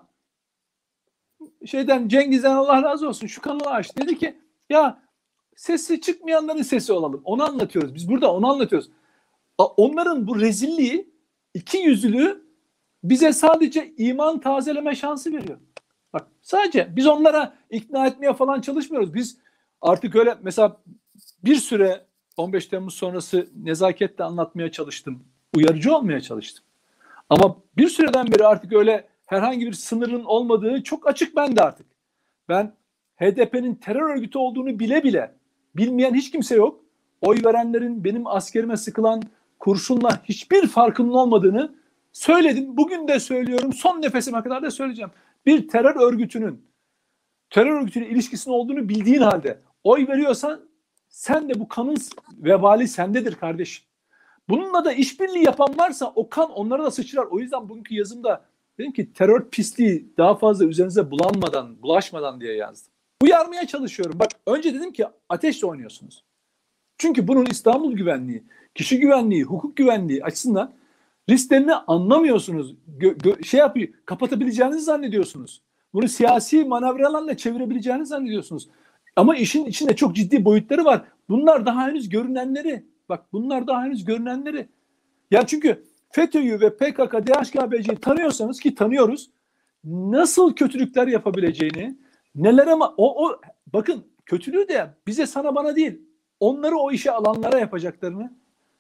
şeyden Cengiz'den Allah razı olsun şu kanalı aç. Dedi ki ya sesi çıkmayanların sesi olalım. Onu anlatıyoruz. Biz burada onu anlatıyoruz. Onların bu rezilliği, iki yüzlülüğü bize sadece iman tazeleme şansı veriyor. Bak sadece biz onlara ikna etmeye falan çalışmıyoruz. Biz artık öyle mesela bir süre on beş Temmuz sonrası nezaketle anlatmaya çalıştım. Uyarıcı olmaya çalıştım. Ama bir süreden beri artık öyle herhangi bir sınırın olmadığı çok açık bende artık. Ben H D P'nin terör örgütü olduğunu bile bile bilmeyen hiç kimse yok. Oy verenlerin benim askerime sıkılan kurşunla hiçbir farkının olmadığını söyledim. Bugün de söylüyorum. Son nefesime kadar da söyleyeceğim. Bir terör örgütünün terör örgütüyle ilişkisinin olduğunu bildiğin halde oy veriyorsan sen de bu kanın vebali sendedir kardeşim. Bununla da işbirliği yapan varsa o kan onlara da sıçrar. O yüzden bugünkü yazımda dedim ki terör pisliği daha fazla üzerinize bulanmadan, bulaşmadan diye yazdım. Uyarmaya çalışıyorum. Bak önce dedim ki ateşle oynuyorsunuz. Çünkü bunun İstanbul güvenliği, kişi güvenliği, hukuk güvenliği açısından risklerini anlamıyorsunuz. Gö- gö- şey yapıyor, kapatabileceğinizi zannediyorsunuz. Bunu siyasi manevralarla çevirebileceğinizi zannediyorsunuz. Ama işin içinde çok ciddi boyutları var. Bunlar daha henüz görünenleri. Bak bunlar daha henüz görünenleri. Ya çünkü FETÖ'yü ve P K K, D H K P C'yi tanıyorsanız ki tanıyoruz. Nasıl kötülükler yapabileceğini, neler ama o, o bakın kötülüğü de bize sana bana değil. Onları o işe alanlara yapacaklarını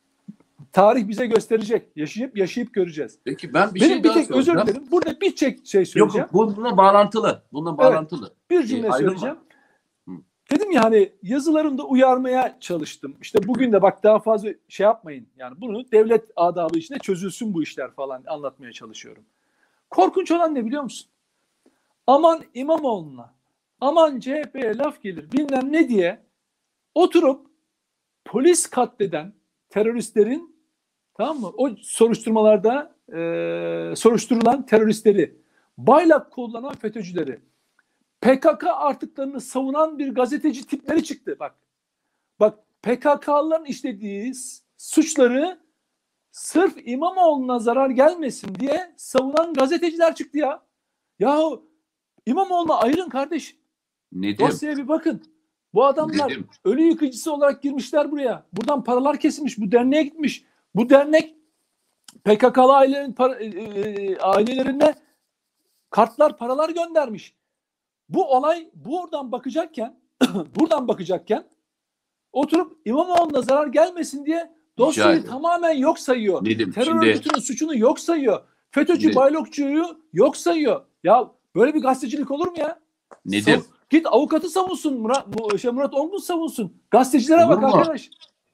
tarih bize gösterecek. Yaşayıp yaşayıp göreceğiz. Peki ben bir Benim şey bir daha tek özür soracağım. dilerim. Burada bir tek şey Yok söyleyeceğim. yok bu- bununla bağlantılı. Bununla bağlantılı. Bir Ee, cümle ayrılma. söyleyeceğim. Dedim ya hani yazılarımda uyarmaya çalıştım. İşte bugün de bak daha fazla şey yapmayın. Yani bunu devlet adabı içinde çözülsün bu işler falan anlatmaya çalışıyorum. Korkunç olan ne biliyor musun? Aman İmamoğlu'na, aman C H P'ye laf gelir bilmem ne diye oturup polis katleden teröristlerin, tamam mı? O soruşturmalarda e, soruşturulan teröristleri, bayrak kullanan FETÖ'cüleri, P K K artıklarını savunan bir gazeteci tipleri çıktı. Bak, bak P K K'lıların işlediği suçları sırf İmamoğlu'na zarar gelmesin diye savunan gazeteciler çıktı ya. Yahu İmamoğlu'na ayırın kardeş. Nedim. Dosyaya bir bakın. Bu adamlar Nedim. ölü yıkıcısı olarak girmişler buraya. Buradan paralar kesilmiş. Bu derneğe gitmiş. Bu dernek P K K'lı ailelerin para, e, e, ailelerine kartlar, paralar göndermiş. Bu olay buradan bakacakken buradan bakacakken oturup İmamoğlu'na zarar gelmesin diye dosyayı tamamen yok sayıyor. Nedim, Terör şimdi, örgütünün suçunu yok sayıyor. FETÖ'cü Şimdi- Baylokçu'yu yok sayıyor. Ya böyle bir gazetecilik olur mu ya? Nedim. Sav- Git avukatı savunsun. Murat, bu- şey, Murat Ongun savunsun. Gazetecilere Olur bak mu? arkadaş.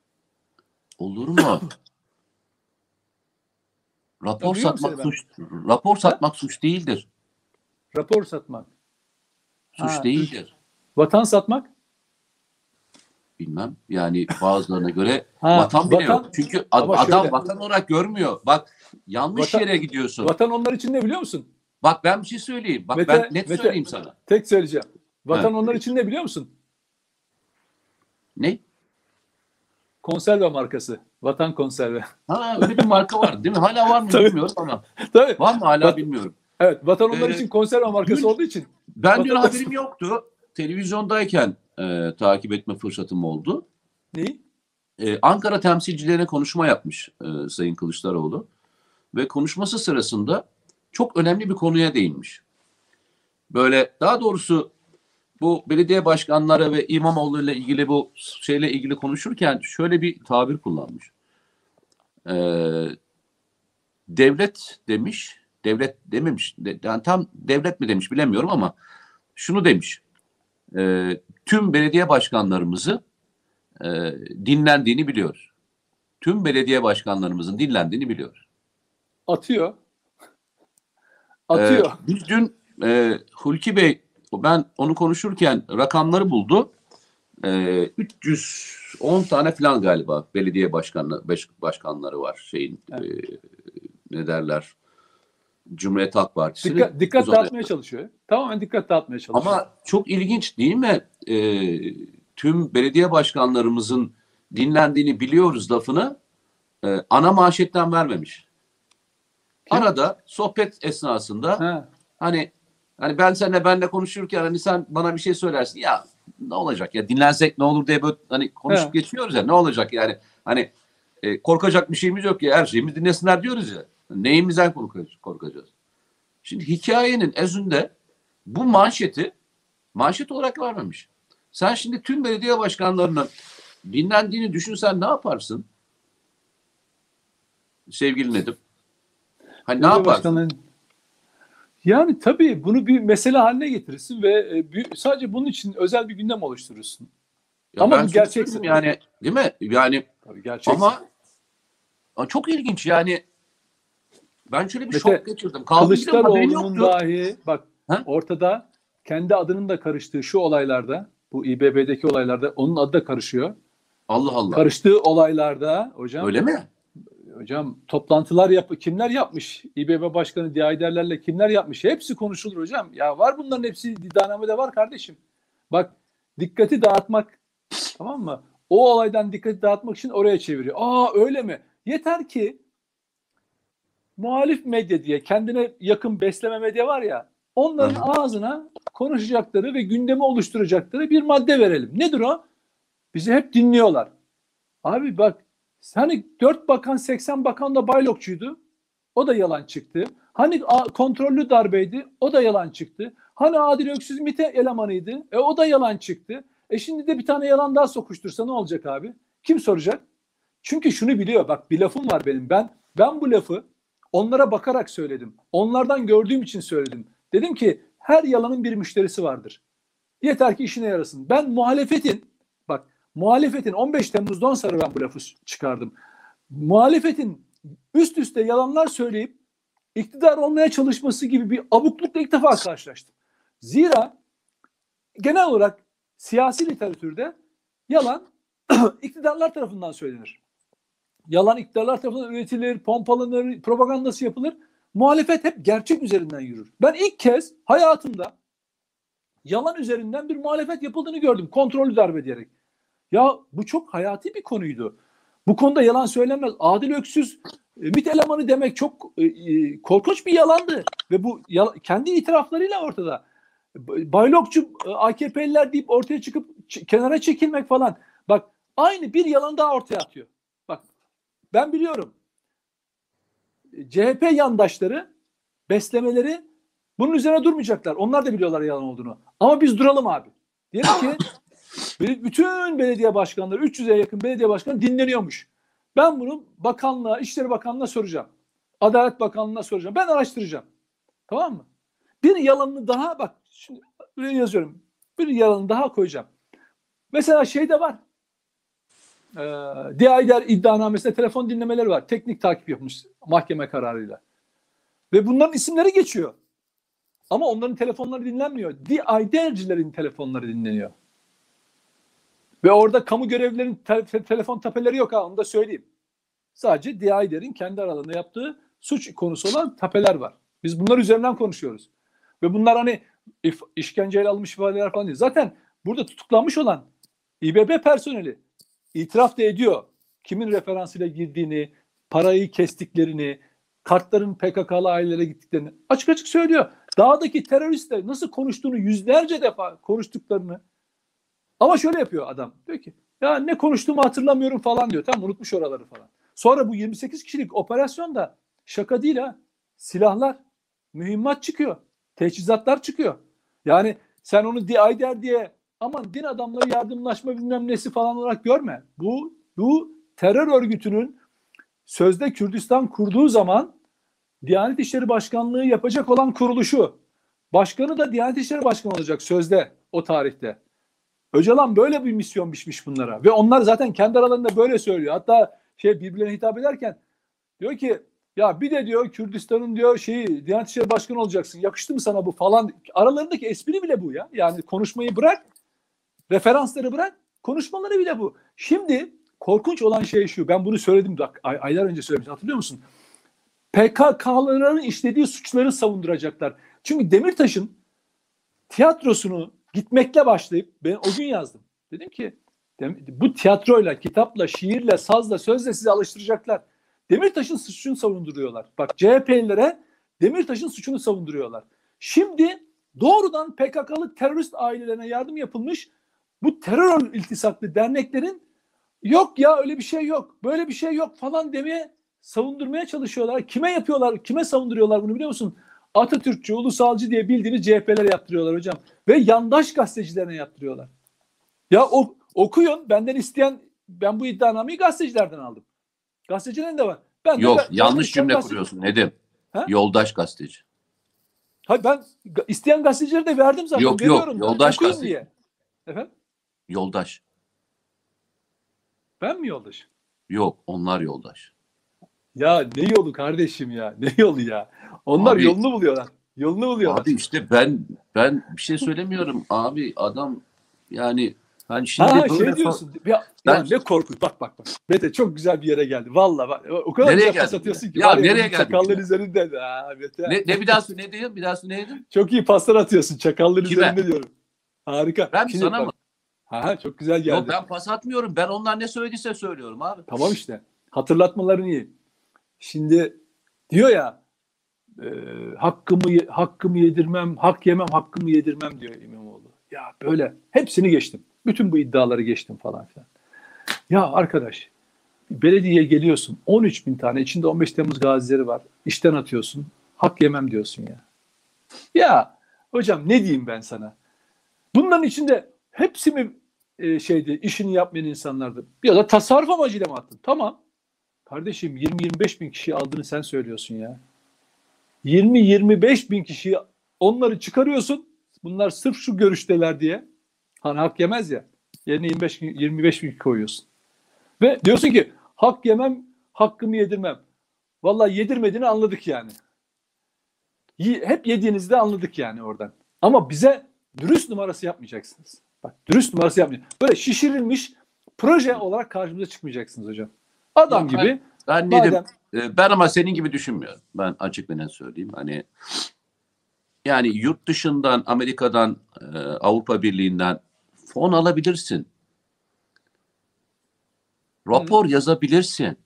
Olur mu? Rapor Duyuyor satmak musun suç, rapor satmak suç değildir. Rapor satmak. Suç Ha, değildir. Vatan satmak. Bilmem. Yani bazılarına göre Ha, vatan bile vatan- yok. Çünkü ad- Ama adam şöyle- vatan olarak görmüyor. Bak yanlış Vatan- yere gidiyorsun. Vatan onlar için ne biliyor musun? Bak ben bir şey söyleyeyim. Bak Mete- ben net Mete- söyleyeyim sana. Tek söyleyeceğim. Vatan Ha. onlar için ne biliyor musun? Ne? konserve markası. Vatan konserve. Ha, öyle bir marka var değil mi? Hala var mı Tabii. bilmiyorum ama. Tabii. Var mı hala Vat- bilmiyorum. Evet, Vatan onlar Ee, için konserve markası dün- olduğu için. Ben dün Vatan- haberim yoktu. Televizyondayken e, takip etme fırsatım oldu. Neyi? Ee, Ankara temsilcilerine konuşma yapmış e, Sayın Kılıçdaroğlu. Ve konuşması sırasında çok önemli bir konuya değinmiş. Böyle daha doğrusu bu belediye başkanları ve İmamoğlu ile ilgili bu şeyle ilgili konuşurken şöyle bir tabir kullanmış. Ee, devlet demiş, devlet dememiş, de, yani tam devlet mi demiş bilemiyorum ama şunu demiş. E, tüm belediye başkanlarımızı e, dinlendiğini biliyoruz. Tüm belediye başkanlarımızın dinlendiğini biliyoruz. Atıyor. Ee, Atıyor. biz dün e, Hulki Bey, ben onu konuşurken rakamları buldu. E, üç yüz on tane falan galiba belediye başkanı, baş, başkanları var şeyin. Evet. E, ne derler? Cumhuriyet Halk Partisi'nin. Dikkat, dikkat Uzun- dağıtmaya çalışıyor. Tamamen dikkat dağıtmaya çalışıyor. Ama çok ilginç değil mi? E, tüm belediye başkanlarımızın dinlendiğini biliyoruz lafını e, ana manşetten vermemiş. Kim? Arada sohbet esnasında Ha. hani hani ben seninle benle konuşurken hani sen bana bir şey söylersin ya ne olacak ya dinlensek ne olur diye böyle hani konuşup He. geçiyoruz ya ne olacak yani hani e, korkacak bir şeyimiz yok ya her şeyimiz dinlesinler diyoruz ya neyimizden korkacağız, korkacağız. Şimdi hikayenin özünde bu manşeti manşet olarak vermemiş. Sen şimdi tüm belediye başkanlarının dinlendiğini düşünsen ne yaparsın? Sevgili Nedim. Hani ne Belediye yaparsın? başkanlarının- Yani tabii bunu bir mesele haline getirirsin ve e, bir- sadece bunun için özel bir gündem oluşturursun. Ya Ama ben bu şunu gerçek. söyleyeyim yani değil mi? Yani Tabii gerçek. ama Aa, çok ilginç yani. Ben şöyle bir Mete, şok geçirdim. Kaldım gidiyorum haberim Kılıçdaroğlu'nun yoktu. dahi bak Ha? ortada kendi adının da karıştığı şu olaylarda, bu İBB'deki olaylarda onun adı da karışıyor. Allah Allah. Karıştığı olaylarda hocam Öyle mi? hocam toplantılar yap kimler yapmış? İBB Başkanı Diyaderlerle kimler yapmış? Hepsi konuşulur hocam. Ya var bunların hepsi iddianamede var kardeşim. Bak dikkati dağıtmak tamam mı? O olaydan dikkati dağıtmak için oraya çeviriyor. Aa öyle mi? Yeter ki muhalif medya diye kendine yakın besleme medya var ya onların Hı. ağzına konuşacakları ve gündemi oluşturacakları bir madde verelim. Nedir o? Bizi hep dinliyorlar. Abi bak hani dört bakan seksen bakan da baylokçuydu. O da yalan çıktı. Hani a, kontrollü darbeydi. O da yalan çıktı. Hani Adil Öksüz MİT'e elemanıydı. E o da yalan çıktı. E şimdi de bir tane yalan daha sokuştursa ne olacak abi? Kim soracak? Çünkü şunu biliyor. Bak bir lafım var benim. Ben ben bu lafı onlara bakarak söyledim. Onlardan gördüğüm için söyledim. Dedim ki her yalanın bir müşterisi vardır. Yeter ki işine yarasın. Ben muhalefetin bak muhalefetin on beş Temmuz'dan sonra ben bu lafı çıkardım. Muhalefetin üst üste yalanlar söyleyip iktidar olmaya çalışması gibi bir abuklukla ilk defa karşılaştım. Zira genel olarak siyasi literatürde yalan iktidarlar tarafından söylenir. Yalan iktidarlar tarafından üretilir, pompalanır, propagandası yapılır. Muhalefet hep gerçek üzerinden yürür. Ben ilk kez hayatımda yalan üzerinden bir muhalefet yapıldığını gördüm. Kontrollü darbe diyerek. Ya bu çok hayati bir konuydu. Bu konuda yalan söylenmez. Adil Öksüz e, MİT elemanı demek çok e, e, korkunç bir yalandı. Ve bu yala, kendi itiraflarıyla ortada. Baylokçu e, A K P'liler deyip ortaya çıkıp ç- kenara çekilmek falan. Bak aynı bir yalan daha ortaya atıyor. Bak ben biliyorum. C H P yandaşları beslemeleri bunun üzerine durmayacaklar. Onlar da biliyorlar yalan olduğunu. Ama biz duralım abi. Diyelim ki bütün belediye başkanları, üç yüze yakın belediye başkanı dinleniyormuş. Ben bunu bakanlığa, İçişleri Bakanlığı'na soracağım. Adalet Bakanlığı'na soracağım. Ben araştıracağım. Tamam mı? Bir yalanını daha bak. Şimdi buraya yazıyorum. Bir yalanını daha koyacağım. Mesela şeyde var. Ee, Diyader iddianamesinde telefon dinlemeleri var. Teknik takip yapmış mahkeme kararıyla. Ve bunların isimleri geçiyor. Ama onların telefonları dinlenmiyor. Diyadercilerin telefonları dinleniyor. Ve orada kamu görevlilerinin te- te- telefon tapeleri yok ha onu da söyleyeyim. Sadece Diyader'in kendi aralarında yaptığı suç konusu olan tapeler var. Biz bunlar üzerinden konuşuyoruz. Ve bunlar hani if- işkenceyle alınmış ifadeler falan değil. Zaten burada tutuklanmış olan İBB personeli itiraf da ediyor. kimin referansıyla girdiğini, parayı kestiklerini, kartların P K K'lı ailelere gittiklerini açık açık söylüyor. Dağdaki teröristle nasıl konuştuğunu yüzlerce defa konuştuklarını. Ama şöyle yapıyor adam. Diyor ki ya ne konuştuğumu hatırlamıyorum falan diyor. Tam unutmuş oraları falan. Sonra bu yirmi sekiz kişilik operasyonda şaka değil ha. Silahlar, mühimmat çıkıyor. Teçhizatlar çıkıyor. Yani sen onu D I D R diye aman din adamları yardımlaşma bilmem nesi falan olarak görme. Bu, bu terör örgütünün sözde Kürdistan kurduğu zaman Diyanet İşleri Başkanlığı yapacak olan kuruluşu. Başkanı da Diyanet İşleri Başkanı olacak sözde o tarihte. Öcalan böyle bir misyon biçmiş bunlara. Ve onlar zaten kendi aralarında böyle söylüyor. Hatta şey birbirlerine hitap ederken diyor ki ya bir de diyor Kürdistan'ın diyor şeyi Diyanet İşleri Başkanı olacaksın. Yakıştı mı sana bu falan. Aralarındaki espri bile bu ya. Yani konuşmayı bırak. Referansları bırak. Konuşmaları bile bu. Şimdi korkunç olan şey şu. Ben bunu söyledim. Bak, ay, aylar önce söylemiştim. Hatırlıyor musun? P K K'ların işlediği suçları savunduracaklar. Çünkü Demirtaş'ın tiyatrosunu gitmekle başlayıp ben o gün yazdım. Dedim ki bu tiyatroyla, kitapla, şiirle, sazla, sözle sizi alıştıracaklar. Demirtaş'ın suçunu savunduruyorlar. Bak C H P'lilere Demirtaş'ın suçunu savunduruyorlar. Şimdi doğrudan P K K'lı terörist ailelerine yardım yapılmış bu terör iltisaklı derneklerin yok ya öyle bir şey yok, böyle bir şey yok falan demeye savundurmaya çalışıyorlar. Kime yapıyorlar, kime savunduruyorlar bunu biliyor musun? Atatürkçü, ulusalcı diye bildiğiniz C H P'lere yaptırıyorlar hocam. Ve yandaş gazetecilerine yaptırıyorlar. Ya o, okuyun, benden isteyen, ben bu iddianameyi gazetecilerden aldım. Gazetecilerin de var. Ben Yok, de, yanlış ben cümle gazeteci... kuruyorsun Nedim. Ha? Yoldaş gazeteci. Hayır ben isteyen gazetecilere de verdim zaten. Yok Veriyorum yok, da. yoldaş Okuyun gazeteci. diye. Efendim? Yoldaş. Ben mi yoldaş? Yok, onlar yoldaş. Ya ne yolu kardeşim ya? Ne yolu ya? Onlar Abi, yolunu buluyorlar. Yolunu buluyorlar. Abi işte ben ben bir şey söylemiyorum abi adam yani hani şimdi Ha böyle şey fa- diyorsun. Ya, Ben- ya ne korkunç. Bak bak bak. Mete çok güzel bir yere geldi. Vallahi bak. O kadar Nereye güzel pas geldim atıyorsun ya? ki. Ya var nereye bugün geldim Çakallar ya? üzerinde de. Ha, Mete. Ne, ne bir daha ne diyeyim? Bir daha ne dedim? Çok iyi paslar atıyorsun. Çakallar Kime? üzerinde diyorum. Harika. Ben mi, Şimdi sana bak. mı? Ha, çok güzel geldi. Yok ben pas atmıyorum. Ben onlar ne söylediyse söylüyorum abi. Tamam işte. Hatırlatmaların iyi. Şimdi diyor ya e, hakkımı ye- hakkımı yedirmem, hak yemem, hakkımı yedirmem diyor İmamoğlu. Ya böyle hepsini geçtim. Bütün bu iddiaları geçtim falan filan. Ya arkadaş belediyeye geliyorsun. on üç bin tane içinde on beş Temmuz gazileri var. İşten atıyorsun. Hak yemem diyorsun ya. Ya hocam ne diyeyim ben sana? Bunların içinde hepsi mi e, şeydi işini yapmayan insanlardı? Ya da tasarruf amacıyla mı attın? Tamam. Kardeşim yirmi yirmi beş bin kişiyi aldığını sen söylüyorsun ya. yirmi yirmi beş bin kişiyi onları çıkarıyorsun. Bunlar sırf şu görüşteler diye. Hani hak yemez ya. Yerine yirmi beş, yirmi beş bin koyuyorsun. Ve diyorsun ki hak yemem, hakkımı yedirmem. Vallahi yedirmediğini anladık yani. Hep yediğinizde anladık yani oradan. Ama bize dürüst numarası yapmayacaksınız. Bak dürüst numarası yapmayacaksınız. Böyle şişirilmiş proje olarak karşımıza çıkmayacaksınız hocam. Adam Yok, gibi. Ben Madem... Nedim, e, ben ama senin gibi düşünmüyorum. Ben açık ve net söyleyeyim. Hani yani yurt dışından, Amerika'dan, e, Avrupa Birliği'nden fon alabilirsin. Rapor Hı. yazabilirsin.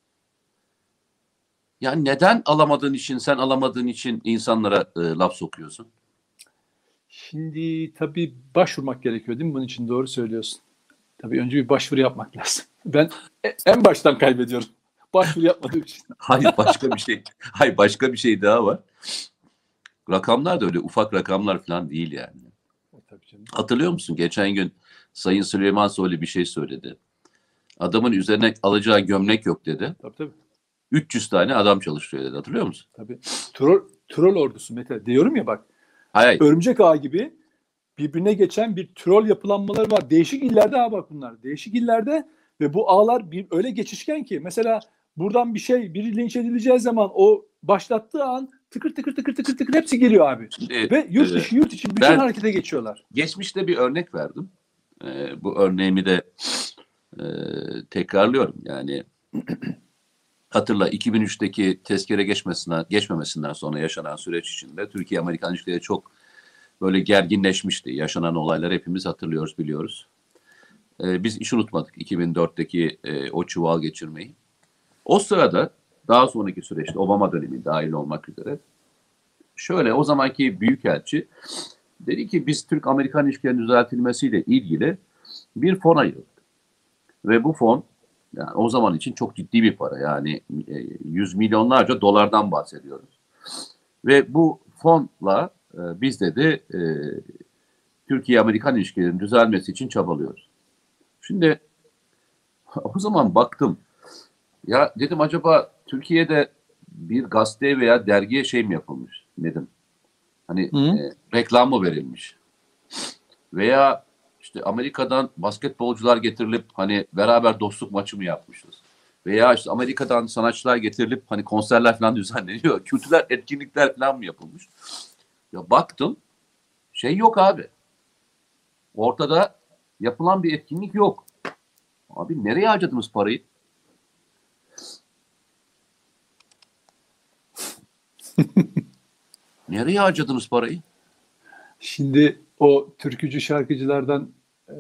Yani neden alamadığın için, sen alamadığın için insanlara e, laf sokuyorsun? Şimdi tabii başvurmak gerekiyor değil mi? Bunun için doğru söylüyorsun. Tabii önce bir başvuru yapmak lazım. Ben en baştan kaybediyorum. Başvuru yapmadığım için. Hayır başka bir şey. Hayır başka bir şey daha var. Rakamlar da öyle ufak rakamlar falan değil yani. Tabii canım. Hatırlıyor musun? Geçen gün Sayın Süleyman Soylu bir şey söyledi. Adamın üzerine alacağı gömlek yok dedi. Tabii tabii. üç yüz tane adam çalışıyor dedi. Hatırlıyor musun? Tabii. Troll, troll ordusu Mete. Diyorum ya bak. Hayır. Örümcek ağı gibi birbirine geçen bir troll yapılanmaları var. Değişik illerde ha bak bunlar. Değişik illerde ve bu ağlar bir öyle geçişken ki mesela buradan bir şey biri linç edileceği zaman o başlattığı an tıkır tıkır tıkır tıkır tıkır hepsi geliyor abi. Şimdi, ve yurt dışı yurt içi bütün harekete geçiyorlar. Geçmişte bir örnek verdim. Ee, bu örneğimi de e, tekrarlıyorum. Yani hatırla iki bin üçteki tezkere geçmesinden, geçmemesinden sonra yaşanan süreç içinde Türkiye-Amerikan ilişkileri çok böyle gerginleşmişti. Yaşanan olayları hepimiz hatırlıyoruz, biliyoruz. e, biz hiç unutmadık iki bin dörtteki e, o çuval geçirmeyi. O sırada daha sonraki süreçte Obama dönemi dahil olmak üzere şöyle o zamanki büyükelçi dedi ki biz Türk-Amerikan ilişkilerinin düzeltilmesiyle ilgili bir fon ayırdık. Ve bu fon yani o zaman için çok ciddi bir para. Yani e, yüz milyonlarca dolardan bahsediyoruz. Ve bu fonla e, biz dedi e, Türkiye-Amerikan ilişkilerinin düzelmesi için çabalıyoruz. Şimdi o zaman baktım. Ya dedim acaba Türkiye'de bir gazete veya dergiye şey mi yapılmış? Dedim. Hani e, reklam mı verilmiş? Veya işte Amerika'dan basketbolcular getirilip hani beraber dostluk maçı mı yapmışız? Veya işte Amerika'dan sanatçılar getirilip hani konserler falan düzenleniyor. Kültürel etkinlikler falan mı yapılmış? Ya baktım şey yok abi. Ortada yapılan bir etkinlik yok. Abi nereye harcadınız parayı? Nereye harcadınız parayı? Şimdi o türkücü şarkıcılardan e,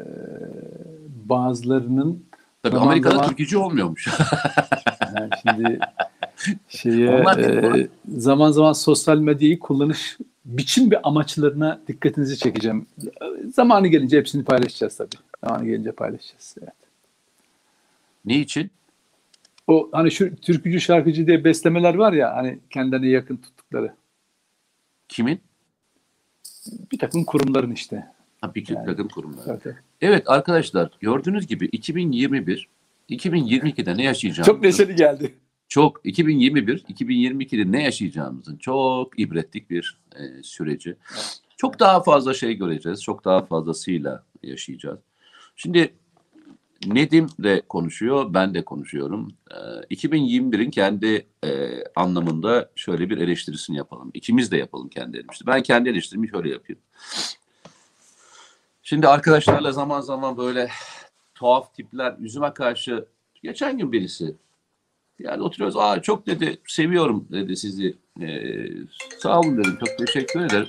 bazılarının Tabii zaman Amerika'da zaman türkücü olmuyormuş. yani şimdi şeye Onlar e, zaman zaman sosyal medyayı kullanış biçim ve amaçlarına dikkatinizi çekeceğim. Zamanı gelince hepsini paylaşacağız tabii. Zamanı gelince paylaşacağız. Evet. ne için? O hani şu türkücü şarkıcı diye beslemeler var ya hani kendilerine yakın tuttukları. Kimin? Bir takım kurumların işte. Ha, bir Yani, takım kurumları. evet, evet. Evet arkadaşlar gördüğünüz gibi iki bin yirmi bir, iki bin yirmi ikide ne yaşayacağımızın Çok neşeli geldi. çok iki bin yirmi bir, iki bin yirmi ikide ne yaşayacağımızın çok ibretlik bir e, süreci. Evet. Çok daha fazla şey göreceğiz. Çok daha fazlasıyla yaşayacağız. Şimdi Nedim de konuşuyor, ben de konuşuyorum. Ee, iki bin yirmi birin kendi e, anlamında şöyle bir eleştirisini yapalım. İkimiz de yapalım kendi eleştirimizi. Ben kendi eleştirimi şöyle yapayım. Şimdi arkadaşlarla zaman zaman böyle tuhaf tipler yüzüme karşı geçen gün birisi yani oturuyoruz. Aa çok dedi seviyorum dedi sizi. Ee, sağ olun dedim. Çok teşekkür ederim.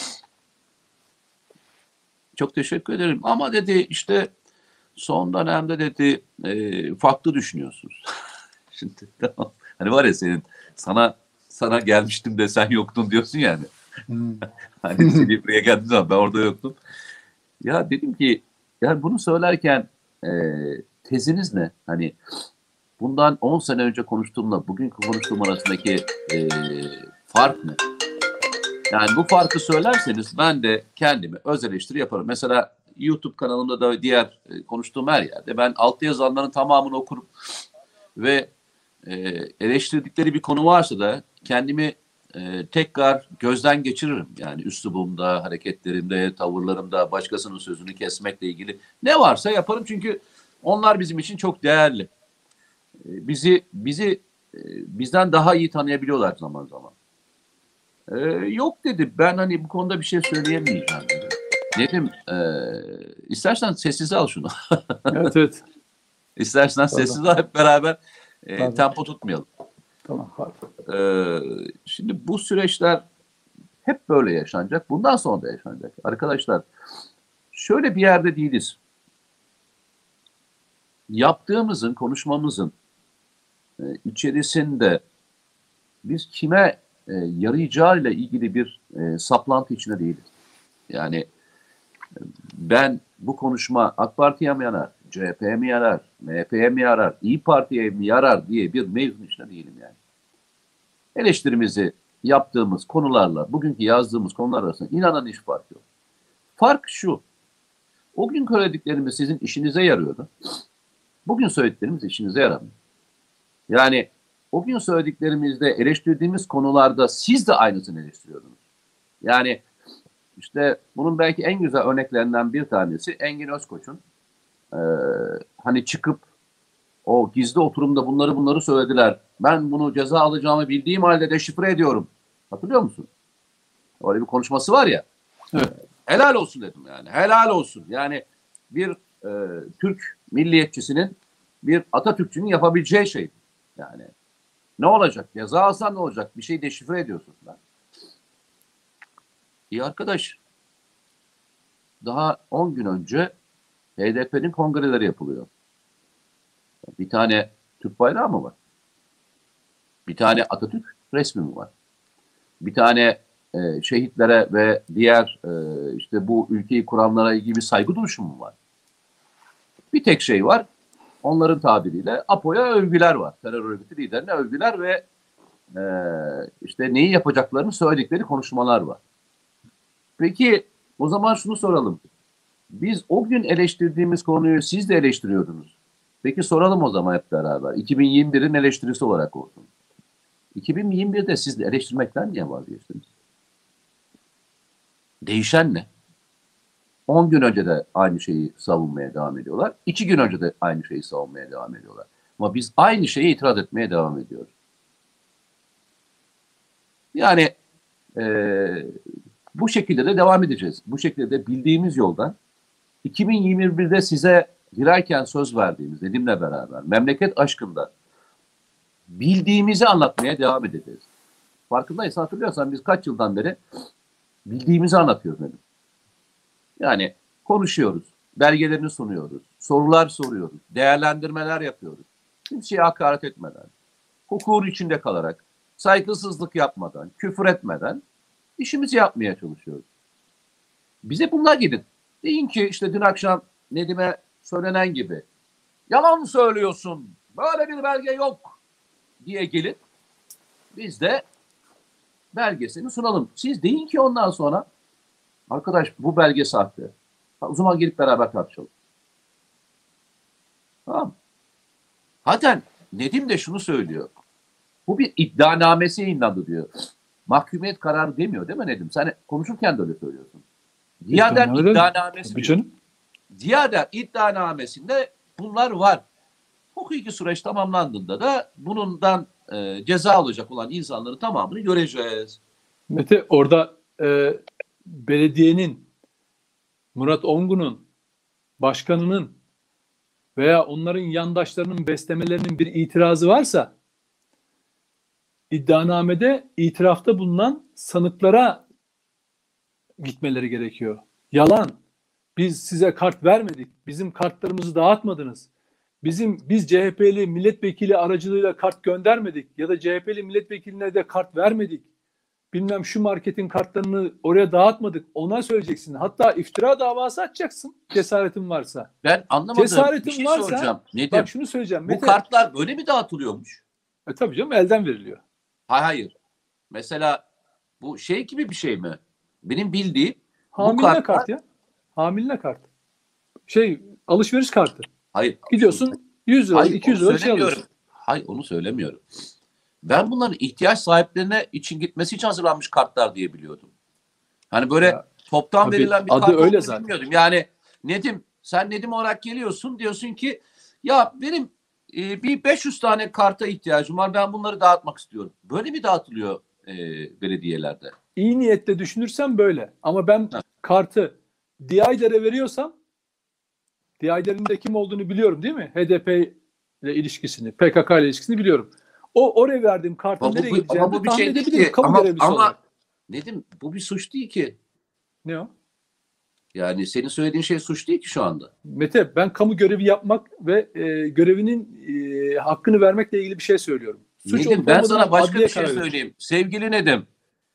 Çok teşekkür ederim. Ama dedi işte son dönemde dedi e, farklı düşünüyorsunuz. Şimdi tamam. Hani var ya senin sana sana gelmiştim de sen yoktun diyorsun yani. Hmm. Hani Silivri'ye geldiğin zaman ben orada yoktum. Ya dedim ki yani bunu söylerken e, teziniz ne? Hani bundan on sene önce konuştuğumla bugünkü konuştuğum arasındaki e, fark ne? Yani bu farkı söylerseniz ben de kendimi öz eleştiri yaparım. Mesela YouTube kanalımda da diğer e, konuştuğum her yerde ben altta yazanların tamamını okurum ve e, eleştirdikleri bir konu varsa da kendimi e, tekrar gözden geçiririm. Yani üslubumda, hareketlerimde, tavırlarımda başkasının sözünü kesmekle ilgili ne varsa yaparım çünkü onlar bizim için çok değerli. E, bizi bizi e, bizden daha iyi tanıyabiliyorlar zaman zaman. Ee, yok dedi. Ben hani bu konuda bir şey söyleyemeyeceğim dedi. Dedim e, istersen sessize al şunu. Evet evet. İstersen Pardon. sessize al hep beraber e, Pardon. tempo tutmayalım. Tamam pardon. Ee, şimdi bu süreçler hep böyle yaşanacak. Bundan sonra da yaşanacak. Arkadaşlar şöyle bir yerde değiliz. Yaptığımızın, konuşmamızın e, içerisinde biz kime e, yarayacağıyla ilgili bir e, saplantı içinde değiliz. Yani e, ben bu konuşma AK Parti'ye mi yarar, C H P'ye mi yarar, M H P'ye mi yarar, İyi Parti'ye mi yarar diye bir mevzunun içinde değilim yani. Eleştirimizi yaptığımız konularla bugünkü yazdığımız konular arasında inanan hiç fark yok. Fark şu, o gün söylediklerimiz sizin işinize yarıyordu. Bugün söylediklerimiz işinize yaramıyor. Yani o gün söylediklerimizde eleştirdiğimiz konularda siz de aynısını eleştiriyordunuz. Yani işte bunun belki en güzel örneklerinden bir tanesi Engin Özkoç'un e, hani çıkıp o gizli oturumda bunları bunları söylediler. Ben bunu ceza alacağımı bildiğim halde deşifre ediyorum. Hatırlıyor musun? Öyle bir konuşması var ya. Evet. Helal olsun dedim yani. Helal olsun. Yani bir e, Türk milliyetçisinin bir Atatürkçünün yapabileceği şey. Yani ne olacak? Ceza alsan ne olacak? Bir şey deşifre ediyorsun falan. İyi arkadaş. Daha on gün önce H D P'nin kongreleri yapılıyor. Bir tane Türk bayrağı mı var? Bir tane Atatürk resmi mi var? Bir tane e, şehitlere ve diğer e, işte bu ülkeyi kuranlara ilgili bir saygı duruşu mu var? Bir tek şey var. Onların tabiriyle APO'ya övgüler var. Terör örgütü liderine övgüler ve e, işte neyi yapacaklarını söyledikleri konuşmalar var. Peki o zaman şunu soralım. Biz o gün eleştirdiğimiz konuyu siz de eleştiriyordunuz. Peki soralım o zaman hep beraber. iki bin yirmi birin eleştirisi olarak olsun. iki bin yirmi birde siz de eleştirmekten niye vazgeçtiniz? Değişen ne? on gün önce de aynı şeyi savunmaya devam ediyorlar. iki gün önce de aynı şeyi savunmaya devam ediyorlar. Ama biz aynı şeye itiraz etmeye devam ediyoruz. Yani e, bu şekilde de devam edeceğiz. Bu şekilde de bildiğimiz yoldan iki bin yirmi birde size girerken söz verdiğimiz Nedim'le beraber memleket aşkında bildiğimizi anlatmaya devam edeceğiz. Farkındaysan hatırlıyorsan biz kaç yıldan beri bildiğimizi anlatıyoruz Nedim. Yani konuşuyoruz, belgelerini sunuyoruz, sorular soruyoruz, değerlendirmeler yapıyoruz. Kimseye hakaret etmeden, hukukun içinde kalarak, saygısızlık yapmadan, küfür etmeden işimizi yapmaya çalışıyoruz. Bize bunlar gidin. Deyin ki işte dün akşam Nedim'e söylenen gibi yalan söylüyorsun, böyle bir belge yok diye gelip biz de belgesini sunalım. Siz deyin ki ondan sonra arkadaş bu belge sahte. O zaman gelip beraber tartışalım. Tamam. Zaten Nedim de şunu söylüyor. Bu bir iddianamesi yayınlandı diyor. Mahkumiyet kararı demiyor değil mi Nedim? Sen konuşurken de öyle söylüyorsun. Diyader iddianamesi diyor. Diyader iddianamesinde bunlar var. Hukuki süreç tamamlandığında da bundan e, ceza alacak olan insanların tamamını göreceğiz. Mete orada e, belediyenin, Murat Ongun'un, başkanının veya onların yandaşlarının beslemelerinin bir itirazı varsa iddianamede itirafta bulunan sanıklara gitmeleri gerekiyor. Yalan. Biz size kart vermedik. Bizim kartlarımızı dağıtmadınız. Bizim biz C H P'li milletvekili aracılığıyla kart göndermedik ya da C H P'li milletvekiline de kart vermedik. Bilmem şu marketin kartlarını oraya dağıtmadık. Ona söyleyeceksin. Hatta iftira davası açacaksın. Cesaretin varsa. Ben anlamadım. Cesaretin bir şey varsa, soracağım. Nedim, bak şunu söyleyeceğim. bu Mete, kartlar böyle mi dağıtılıyormuş? E tabii canım elden veriliyor. Hayır hayır. Mesela bu şey gibi bir şey mi? Benim bildiğim Hamiline bu kartlar... kart ya. Hamiline kart. Şey alışveriş kartı. Hayır. Gidiyorsun yüz lira, Hayır, iki yüz onu lira şey alıyorsun. söylemiyorum. Hayır onu söylemiyorum. Ben bunların ihtiyaç sahiplerine için gitmesi için hazırlanmış kartlar diye biliyordum. Hani böyle Ya, toptan abi, verilen bir adı kart öyle olduğunu zaten. bilmiyordum. Yani Nedim sen Nedim olarak geliyorsun diyorsun ki ya benim e, bir beş yüz tane karta ihtiyacım var ben bunları dağıtmak istiyorum. Böyle mi dağıtılıyor e, belediyelerde? İyi niyetle düşünürsem böyle. Ama ben Ha. kartı Diayder'e veriyorsam Diayder'in de kim olduğunu biliyorum değil mi? H D P ile ilişkisini, P K K ile ilişkisini biliyorum. O oraya verdiğim kartın Ama nereye bu, gideceğini ama bu bir tahmin şey değil edebilirim. ki. Kamu Ama, görevlisi ama olarak. Nedim bu bir suç değil ki. Ne o? Yani senin söylediğin şey suç değil ki şu anda. Mete ben kamu görevi yapmak ve e, görevinin e, hakkını vermekle ilgili bir şey söylüyorum. Suç Nedim olup ben olmadığını sana başka adliye bir şey karar verir. söyleyeyim. Sevgili Nedim.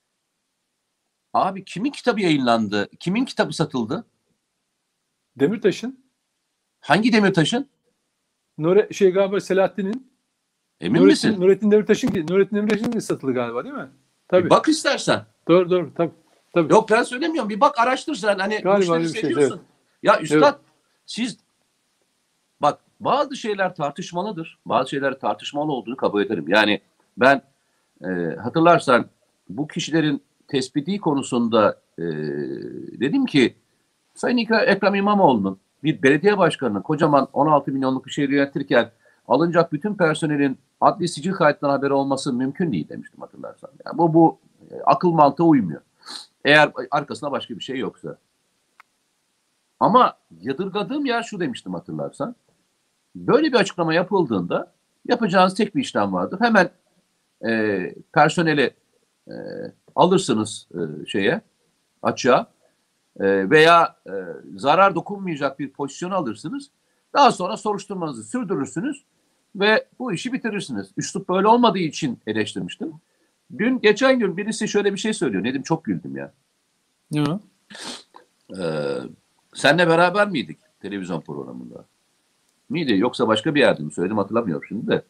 Abi kimin kitabı yayınlandı? Kimin kitabı satıldı? Demirtaş'ın, Hangi Demirtaş'ın? Nure, şey galiba Selahattin'in, Emin Nurettin, misin? Nurettin Demirtaş'ın ki Nurettin Demirtaş'ın da satıldı galiba değil mi? Tabii. Bir bak istersen. Doğru doğru tabii. Tabii. Yok ben söylemiyorum. Bir bak araştır sen. Hani Galiba bu işleri öyle bir şey, seviyorsun. evet. Ya üstad Evet. siz bak bazı şeyler tartışmalıdır. Bazı şeyler tartışmalı olduğunu kabul ederim. Yani ben e, hatırlarsan bu kişilerin tespiti konusunda e, dedim ki Sayın İkra- Ekrem İmamoğlu'nun bir belediye başkanının kocaman on altı milyonluk bir şehri yönetirken alınacak bütün personelin adli sicil kayıtlarından haberi olması mümkün değil demiştim hatırlarsan. Yani bu bu e, akıl mantığa uymuyor. Eğer arkasında başka bir şey yoksa. Ama yadırgadığım yer şu demiştim hatırlarsan. Böyle bir açıklama yapıldığında yapacağınız tek bir işlem vardır. Hemen e, personeli e, alırsınız e, şeye, açığa. e, veya e, zarar dokunmayacak bir pozisyon alırsınız. Daha sonra soruşturmanızı sürdürürsünüz ve bu işi bitirirsiniz. Üslup böyle olmadığı için eleştirmiştim. Dün, geçen gün birisi şöyle bir şey söylüyor. Nedim, çok güldüm ya. Ne? Ee, senle beraber miydik televizyon programında? Miydi yoksa başka bir yerde mi söyledim, hatırlamıyorum şimdi de.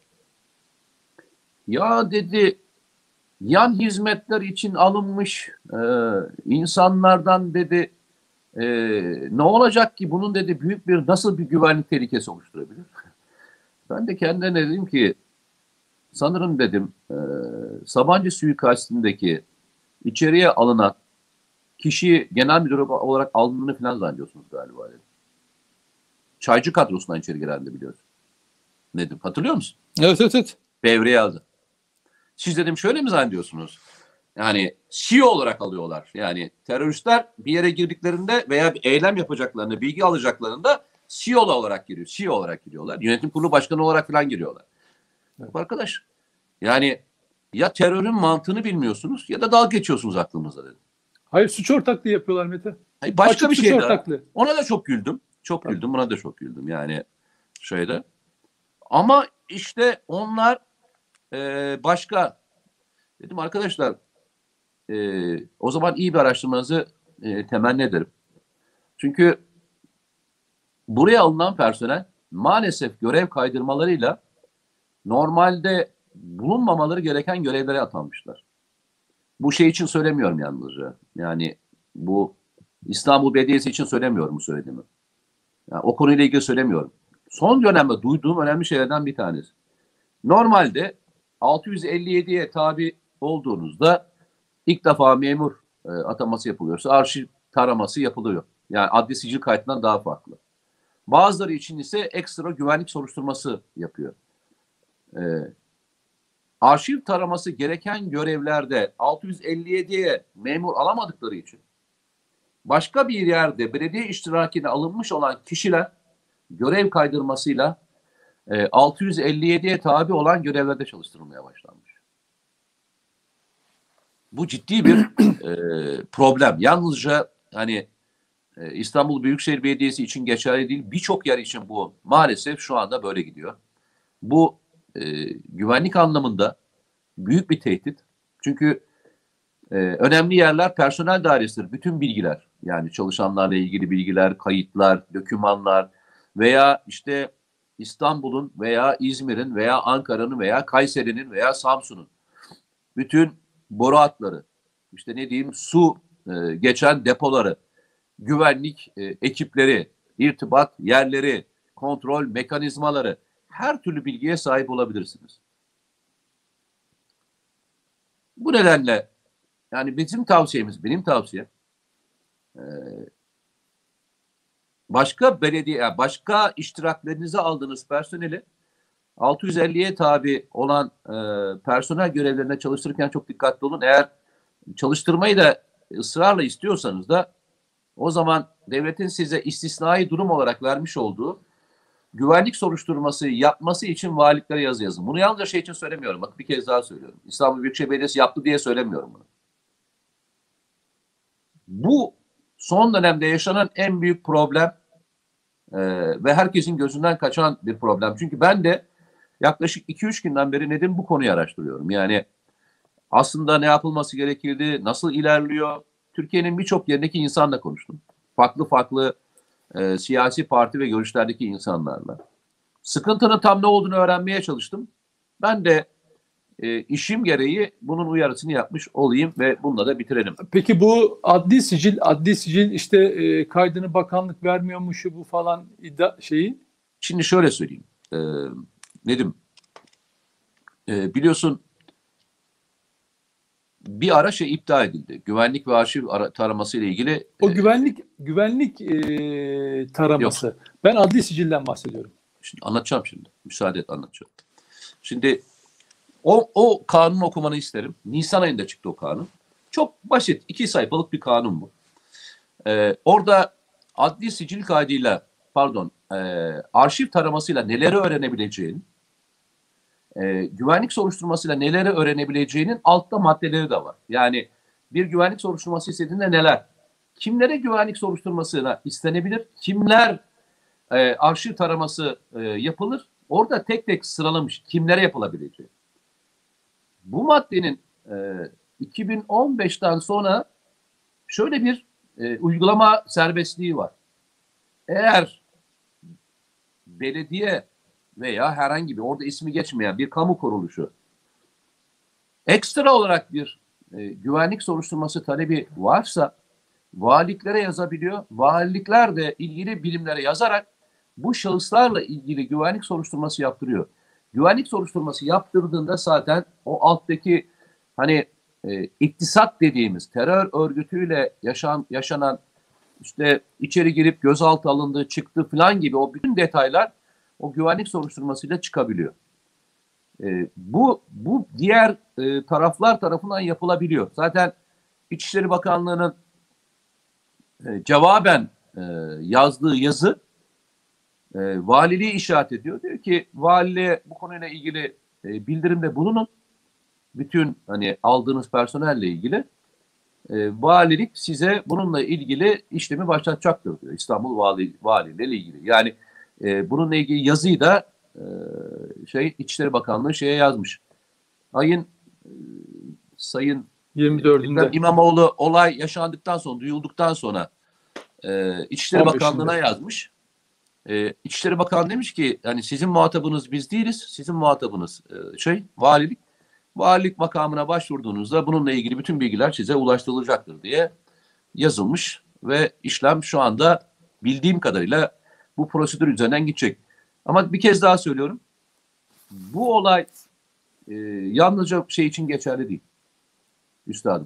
Ya dedi, yan hizmetler için alınmış e, insanlardan dedi e, ne olacak ki bunun dedi büyük bir nasıl bir güvenlik tehlikesi oluşturabilir? Ben de kendine dedim ki sanırım dedim e, Sabancı suikastindeki içeriye alınan kişiyi genel müdür olarak alındığını falan zannediyorsunuz galiba. Dedim. Çaycı kadrosundan içeri giren de biliyorsun. Nedim, hatırlıyor musun? Evet evet evet. Devreye aldı. Siz dedim şöyle mi zannediyorsunuz? Yani C E O olarak alıyorlar. Yani teröristler bir yere girdiklerinde veya bir eylem yapacaklarında, bilgi alacaklarında C E O olarak giriyor. C E O olarak giriyorlar. Yönetim kurulu başkanı olarak falan giriyorlar. Evet. Arkadaş, yani ya terörün mantığını bilmiyorsunuz ya da dalga geçiyorsunuz aklınızda dedim. Hayır, suç ortaklığı yapıyorlar Mete. Hayır, başka Açık bir şey daha. ortaklığı. Ona da çok güldüm. Çok Tabii. güldüm. Buna da çok güldüm. Yani şeyde. Ama işte onlar e, başka. Dedim arkadaşlar e, o zaman iyi bir araştırmanızı e, temenni ederim. Çünkü buraya alınan personel maalesef görev kaydırmalarıyla normalde bulunmamaları gereken görevlere atanmışlar. Bu şey için söylemiyorum yalnızca. Yani bu İstanbul Belediyesi için söylemiyorum bu söylediğimi. Yani o konuyla ilgili söylemiyorum. Son dönemde duyduğum önemli şeylerden bir tanesi. Normalde altı yüz elli yediye tabi olduğunuzda ilk defa memur e, ataması yapılıyorsa arşiv taraması yapılıyor. Yani adli sicil kaydından daha farklı. Bazıları için ise ekstra güvenlik soruşturması yapıyor. E, arşiv taraması gereken görevlerde altı yüz elli yediye memur alamadıkları için başka bir yerde belediye iştirakine alınmış olan kişiler görev kaydırmasıyla e, altı yüz elli yediye tabi olan görevlerde çalıştırılmaya başlanmış. Bu ciddi bir e, problem. Yalnızca hani e, İstanbul Büyükşehir Belediyesi için geçerli değil, birçok yer için bu maalesef şu anda böyle gidiyor. Bu e, güvenlik anlamında büyük bir tehdit. Çünkü e, önemli yerler personel dairesidir. Bütün bilgiler, yani çalışanlarla ilgili bilgiler, kayıtlar, dokümanlar veya işte İstanbul'un veya İzmir'in veya Ankara'nın veya Kayseri'nin veya Samsun'un bütün boru hatları, işte ne diyeyim su e, geçen depoları, güvenlik e, ekipleri, irtibat yerleri, kontrol mekanizmaları, her türlü bilgiye sahip olabilirsiniz. Bu nedenle yani bizim tavsiyemiz, benim tavsiyem e, başka belediye, başka iştiraklerinize aldığınız personeli altı yüz elliye tabi olan e, personel görevlerine çalıştırırken çok dikkatli olun. Eğer çalıştırmayı da ısrarla istiyorsanız da o zaman devletin size istisnai durum olarak vermiş olduğu güvenlik soruşturması yapması için valiliklere yazı yazın. Bunu yalnızca şey için söylemiyorum. Bak bir kez daha söylüyorum. İstanbul Büyükşehir Belediyesi yaptı diye söylemiyorum bunu. Bu son dönemde yaşanan en büyük problem e, ve herkesin gözünden kaçan bir problem. Çünkü ben de yaklaşık iki üç günden beri Nedim bu konuyu araştırıyorum. Yani aslında ne yapılması gerekirdi, nasıl ilerliyor? Türkiye'nin birçok yerindeki insanla konuştum. Farklı farklı e, siyasi parti ve görüşlerdeki insanlarla. Sıkıntının tam ne olduğunu öğrenmeye çalıştım. Ben de e, işim gereği bunun uyarısını yapmış olayım ve bununla da bitirelim. Peki bu adli sicil, adli sicil işte e, kaydını bakanlık vermiyormuş bu falan iddia şeyi? Şimdi şöyle söyleyeyim. E, Nedim, e, biliyorsun bir ara şey iptal edildi. Güvenlik ve arşiv ara, taraması ile ilgili. O e, güvenlik güvenlik e, taraması. Yok. Ben adli sicilden bahsediyorum. Şimdi anlatacağım şimdi. Müsaade et, anlatacağım. Şimdi o, o kanunu okumanı isterim. Nisan ayında çıktı o kanun. Çok basit. iki sayfalık bir kanun bu. Ee, orada adli sicil kaydıyla pardon e, arşiv taramasıyla neleri öğrenebileceğin, e, güvenlik soruşturmasıyla neleri öğrenebileceğinin altta maddeleri de var. Yani bir güvenlik soruşturması istediğinde neler? kimlere güvenlik soruşturmasına istenebilir, kimler e, arşiv taraması e, yapılır, orada tek tek sıralamış kimlere yapılabileceği. Bu maddenin e, iki bin on beşten sonra şöyle bir e, uygulama serbestliği var. Eğer belediye veya herhangi bir orada ismi geçmeyen bir kamu kuruluşu ekstra olarak bir e, güvenlik soruşturması talebi varsa valiliklere yazabiliyor. Valilikler de ilgili birimlere yazarak bu şahıslarla ilgili güvenlik soruşturması yaptırıyor. Güvenlik soruşturması yaptırdığında zaten o alttaki hani e, iktisat dediğimiz terör örgütüyle yaşan, yaşanan işte içeri girip gözaltı alındı, çıktı falan gibi o bütün detaylar o güvenlik soruşturmasıyla çıkabiliyor. E, bu bu diğer e, taraflar tarafından yapılabiliyor. Zaten İçişleri Bakanlığı'nın e, cevaben e, yazdığı yazı e, valiliği işaret ediyor. Diyor ki valiliğe bu konuyla ilgili e, bildirimde bulunun. Bütün hani aldığınız personelle ilgili e, valilik size bununla ilgili işlemi başlatacaktır diyor. İstanbul Vali, Valiliği ile ilgili. Yani e, bununla ilgili yazıyı da e, şey İçişleri Bakanlığı şeye yazmış. Ayın e, sayın yirmi dördünde İmamoğlu olay yaşandıktan sonra, duyulduktan sonra e, İçişleri on beşinde Bakanlığı'na yazmış. E, İçişleri Bakanlığı demiş ki hani sizin muhatabınız biz değiliz. Sizin muhatabınız e, şey valilik. Valilik makamına başvurduğunuzda bununla ilgili bütün bilgiler size ulaştırılacaktır diye yazılmış ve işlem şu anda bildiğim kadarıyla bu prosedür üzerinden gidecek. Ama bir kez daha söylüyorum. Bu olay e, yalnızca şey için geçerli değil. Üstadım.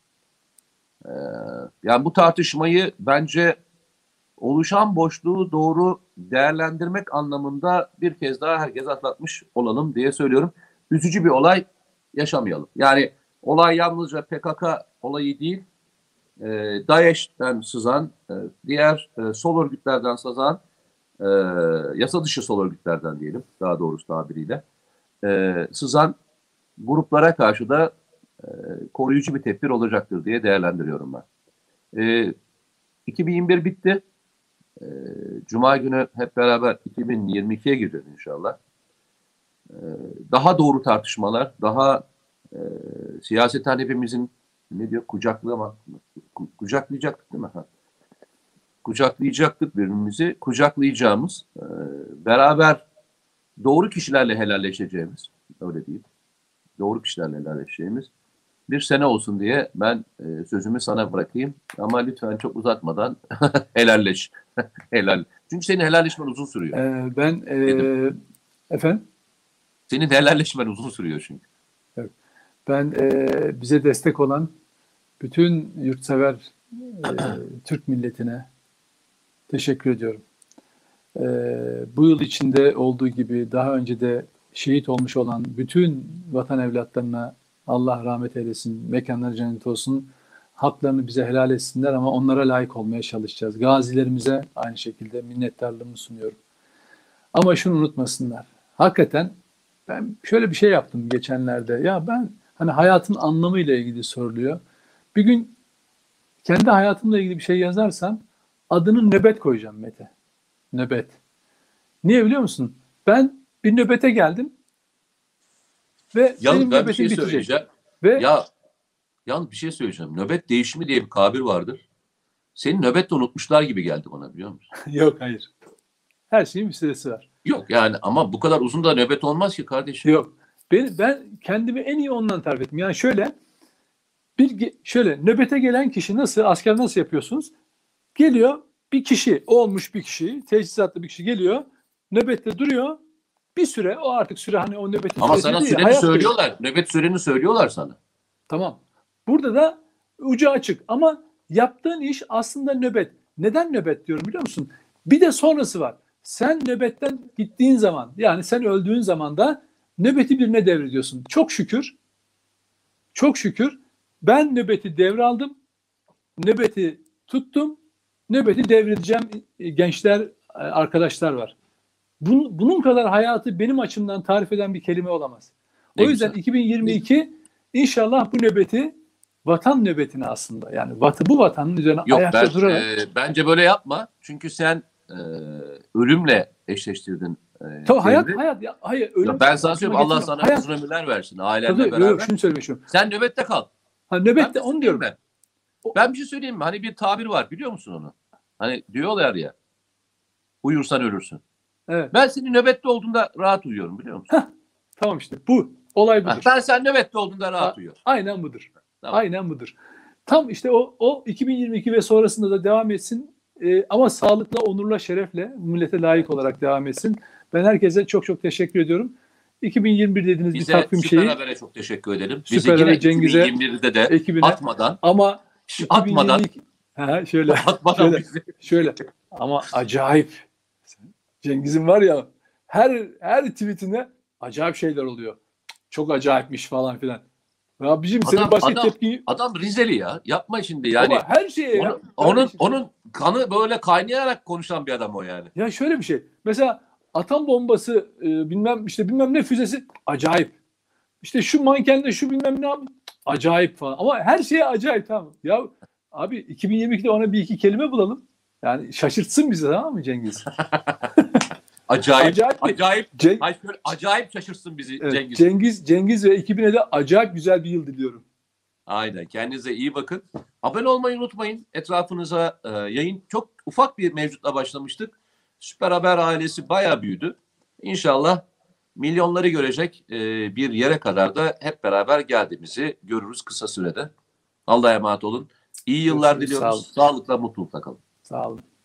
Ee, yani bu tartışmayı bence oluşan boşluğu doğru değerlendirmek anlamında bir kez daha herkes atlatmış olalım diye söylüyorum. Üzücü bir olay yaşamayalım. Yani olay yalnızca P K K olayı değil, e, DAEŞ'ten sızan, e, diğer e, sol örgütlerden sızan, e, yasa dışı sol örgütlerden diyelim, daha doğrusu tabiriyle, e, sızan gruplara karşı da e, koruyucu bir tedbir olacaktır diye değerlendiriyorum ben. E, iki bin yirmi bir bitti. E, Cuma günü hep beraber iki bin yirmi ikiye gireceğiz inşallah. E, daha doğru tartışmalar, daha e, siyaseten hepimizin ne diyor kucaklama, kucaklayacaktık değil mi? Ha. Kucaklayacaktık birbirimizi, kucaklayacağımız, e, beraber doğru kişilerle helalleşeceğimiz, öyle değil, doğru kişilerle helalleşeceğimiz bir sene olsun diye ben e, sözümü sana bırakayım. Ama lütfen çok uzatmadan helalleş. Helal. Çünkü senin helalleşmen uzun sürüyor. Ee, ben e, efendim? Senin helalleşmen uzun sürüyor çünkü. Evet. Ben e, bize destek olan bütün yurtsever e, Türk milletine teşekkür ediyorum. E, bu yıl içinde olduğu gibi daha önce de şehit olmuş olan bütün vatan evlatlarına Allah rahmet eylesin, mekanları cennet olsun, haklarını bize helal etsinler ama onlara layık olmaya çalışacağız. Gazilerimize aynı şekilde minnettarlığımı sunuyorum. Ama şunu unutmasınlar, hakikaten ben şöyle bir şey yaptım geçenlerde, ya ben hani hayatın anlamıyla ilgili soruluyor. Bir gün kendi hayatımla ilgili bir şey yazarsam adını nöbet koyacağım Mete. Nöbet. Niye biliyor musun? Ben bir nöbete geldim ve Yalnız benim ben bir nöbetim şey bitecek. söyleyeceğim. Ve Ya yalnız bir şey söyleyeceğim. Nöbet değişimi diye bir tabir vardır. Senin nöbet de unutmuşlar gibi geldi bana, biliyor musun? yok hayır. Her şeyin bir süresi var. Yok yani ama bu kadar uzun da nöbet olmaz ki kardeşim. Yok. Ben, ben kendimi en iyi ondan tarif ettim. Yani şöyle bir şöyle nöbete gelen kişi nasıl, asker nasıl yapıyorsunuz? Geliyor bir kişi, olmuş bir kişi, teçhizatlı bir kişi geliyor, nöbette duruyor. Bir süre, o artık süre hani o nöbetin Ama süresi sana değil, süreni hayat söylüyorlar. Nöbet süreni söylüyorlar sana. Tamam. Burada da ucu açık ama yaptığın iş aslında nöbet. Neden nöbet diyorum biliyor musun? Bir de sonrası var. Sen nöbetten gittiğin zaman, yani sen öldüğün zaman da nöbeti birine devrediyorsun. Çok şükür, çok şükür ben nöbeti devraldım, nöbeti tuttum, nöbeti devredeceğim gençler, arkadaşlar var. Bunun, bunun kadar hayatı benim açımdan tarif eden bir kelime olamaz. O Ne yüzden güzel. iki bin yirmi iki inşallah bu nöbeti vatan nöbetine aslında. Yani vatı, bu vatanın üzerine Yok ayakta ben, durarak. e, bence böyle yapma. Çünkü sen e, ölümle eşleştirdin. E, Tabii hayat, devri. hayat. Ya, hayır, ölüm. Ya ben sana aklıma söyleyeyim, Allah getirme. sana Hayat. uzun ömürler versin. Tabii, Ailenle yok, beraber. yok, şunu söylemek istiyorum. Sen nöbette kal. Ha, Ben bir nöbette şey onu söyleyeyim diyorum. mi? Ben bir şey söyleyeyim mi? Hani bir tabir var, biliyor musun onu? Hani diyorlar ya, uyursan ölürsün. Evet. Ben senin nöbette olduğunda rahat uyuyorum, biliyor musun? Tamam işte bu. Olay Ha, budur. ben sen nöbette olduğunda rahat A- uyuyorum. Aynen budur. Tamam. Aynen budur. Tam işte o, o iki bin yirmi iki ve sonrasında da devam etsin. Ee, ama sağlıkla, onurla, şerefle, millete layık olarak devam etsin. Ben herkese çok çok teşekkür ediyorum. iki bin yirmi bir dediğiniz bir Bize takvim Süper şeyi. Haber'e çok teşekkür edelim. Bizi Süper yine Haber, Cengiz'e, iki bin yirmi birde de ekibine. atmadan, Ama atmadan, iki bin yirmi iki Ha, şöyle, atmadan şöyle, bizi. şöyle. Ama acayip. Cengiz'in var ya, her her tweetinde acayip şeyler oluyor. Çok acayipmiş falan filan. Ya bizim senin Adam, başka adam, tepki. adam Rizeli ya. Yapma şimdi yani. Ama her şeye ya. Onun, onun, Kardeşim. onun kanı böyle kaynayarak konuşan bir adam o yani. Ya şöyle bir şey. Mesela atom bombası e, bilmem işte bilmem ne füzesi acayip. İşte şu mankenle şu bilmem ne abi, acayip falan. Ama her şeye acayip, tamam. Ya abi iki bin yirmi ikide ona bir iki kelime bulalım. Yani şaşırtsın bizi, tamam mı Cengiz? Acayip. Acayip bir- Acayip. Ceng- Hayır, şöyle acayip şaşırsın bizi Evet, Cengiz. Cengiz Cengiz ve ekibine de acayip güzel bir yıl diliyorum. Aynen. Kendinize iyi bakın. Abone olmayı unutmayın. Etrafınıza e, yayın çok ufak bir mevcutla başlamıştık. Süper Haber ailesi bayağı büyüdü. İnşallah milyonları görecek e, bir yere kadar da hep beraber geldiğimizi görürüz kısa sürede. Allah'a emanet olun. İyi yıllar Görüşürüz, sağ diliyoruz. olun. Sağlıkla, mutlulukla kalın. Sağ olun.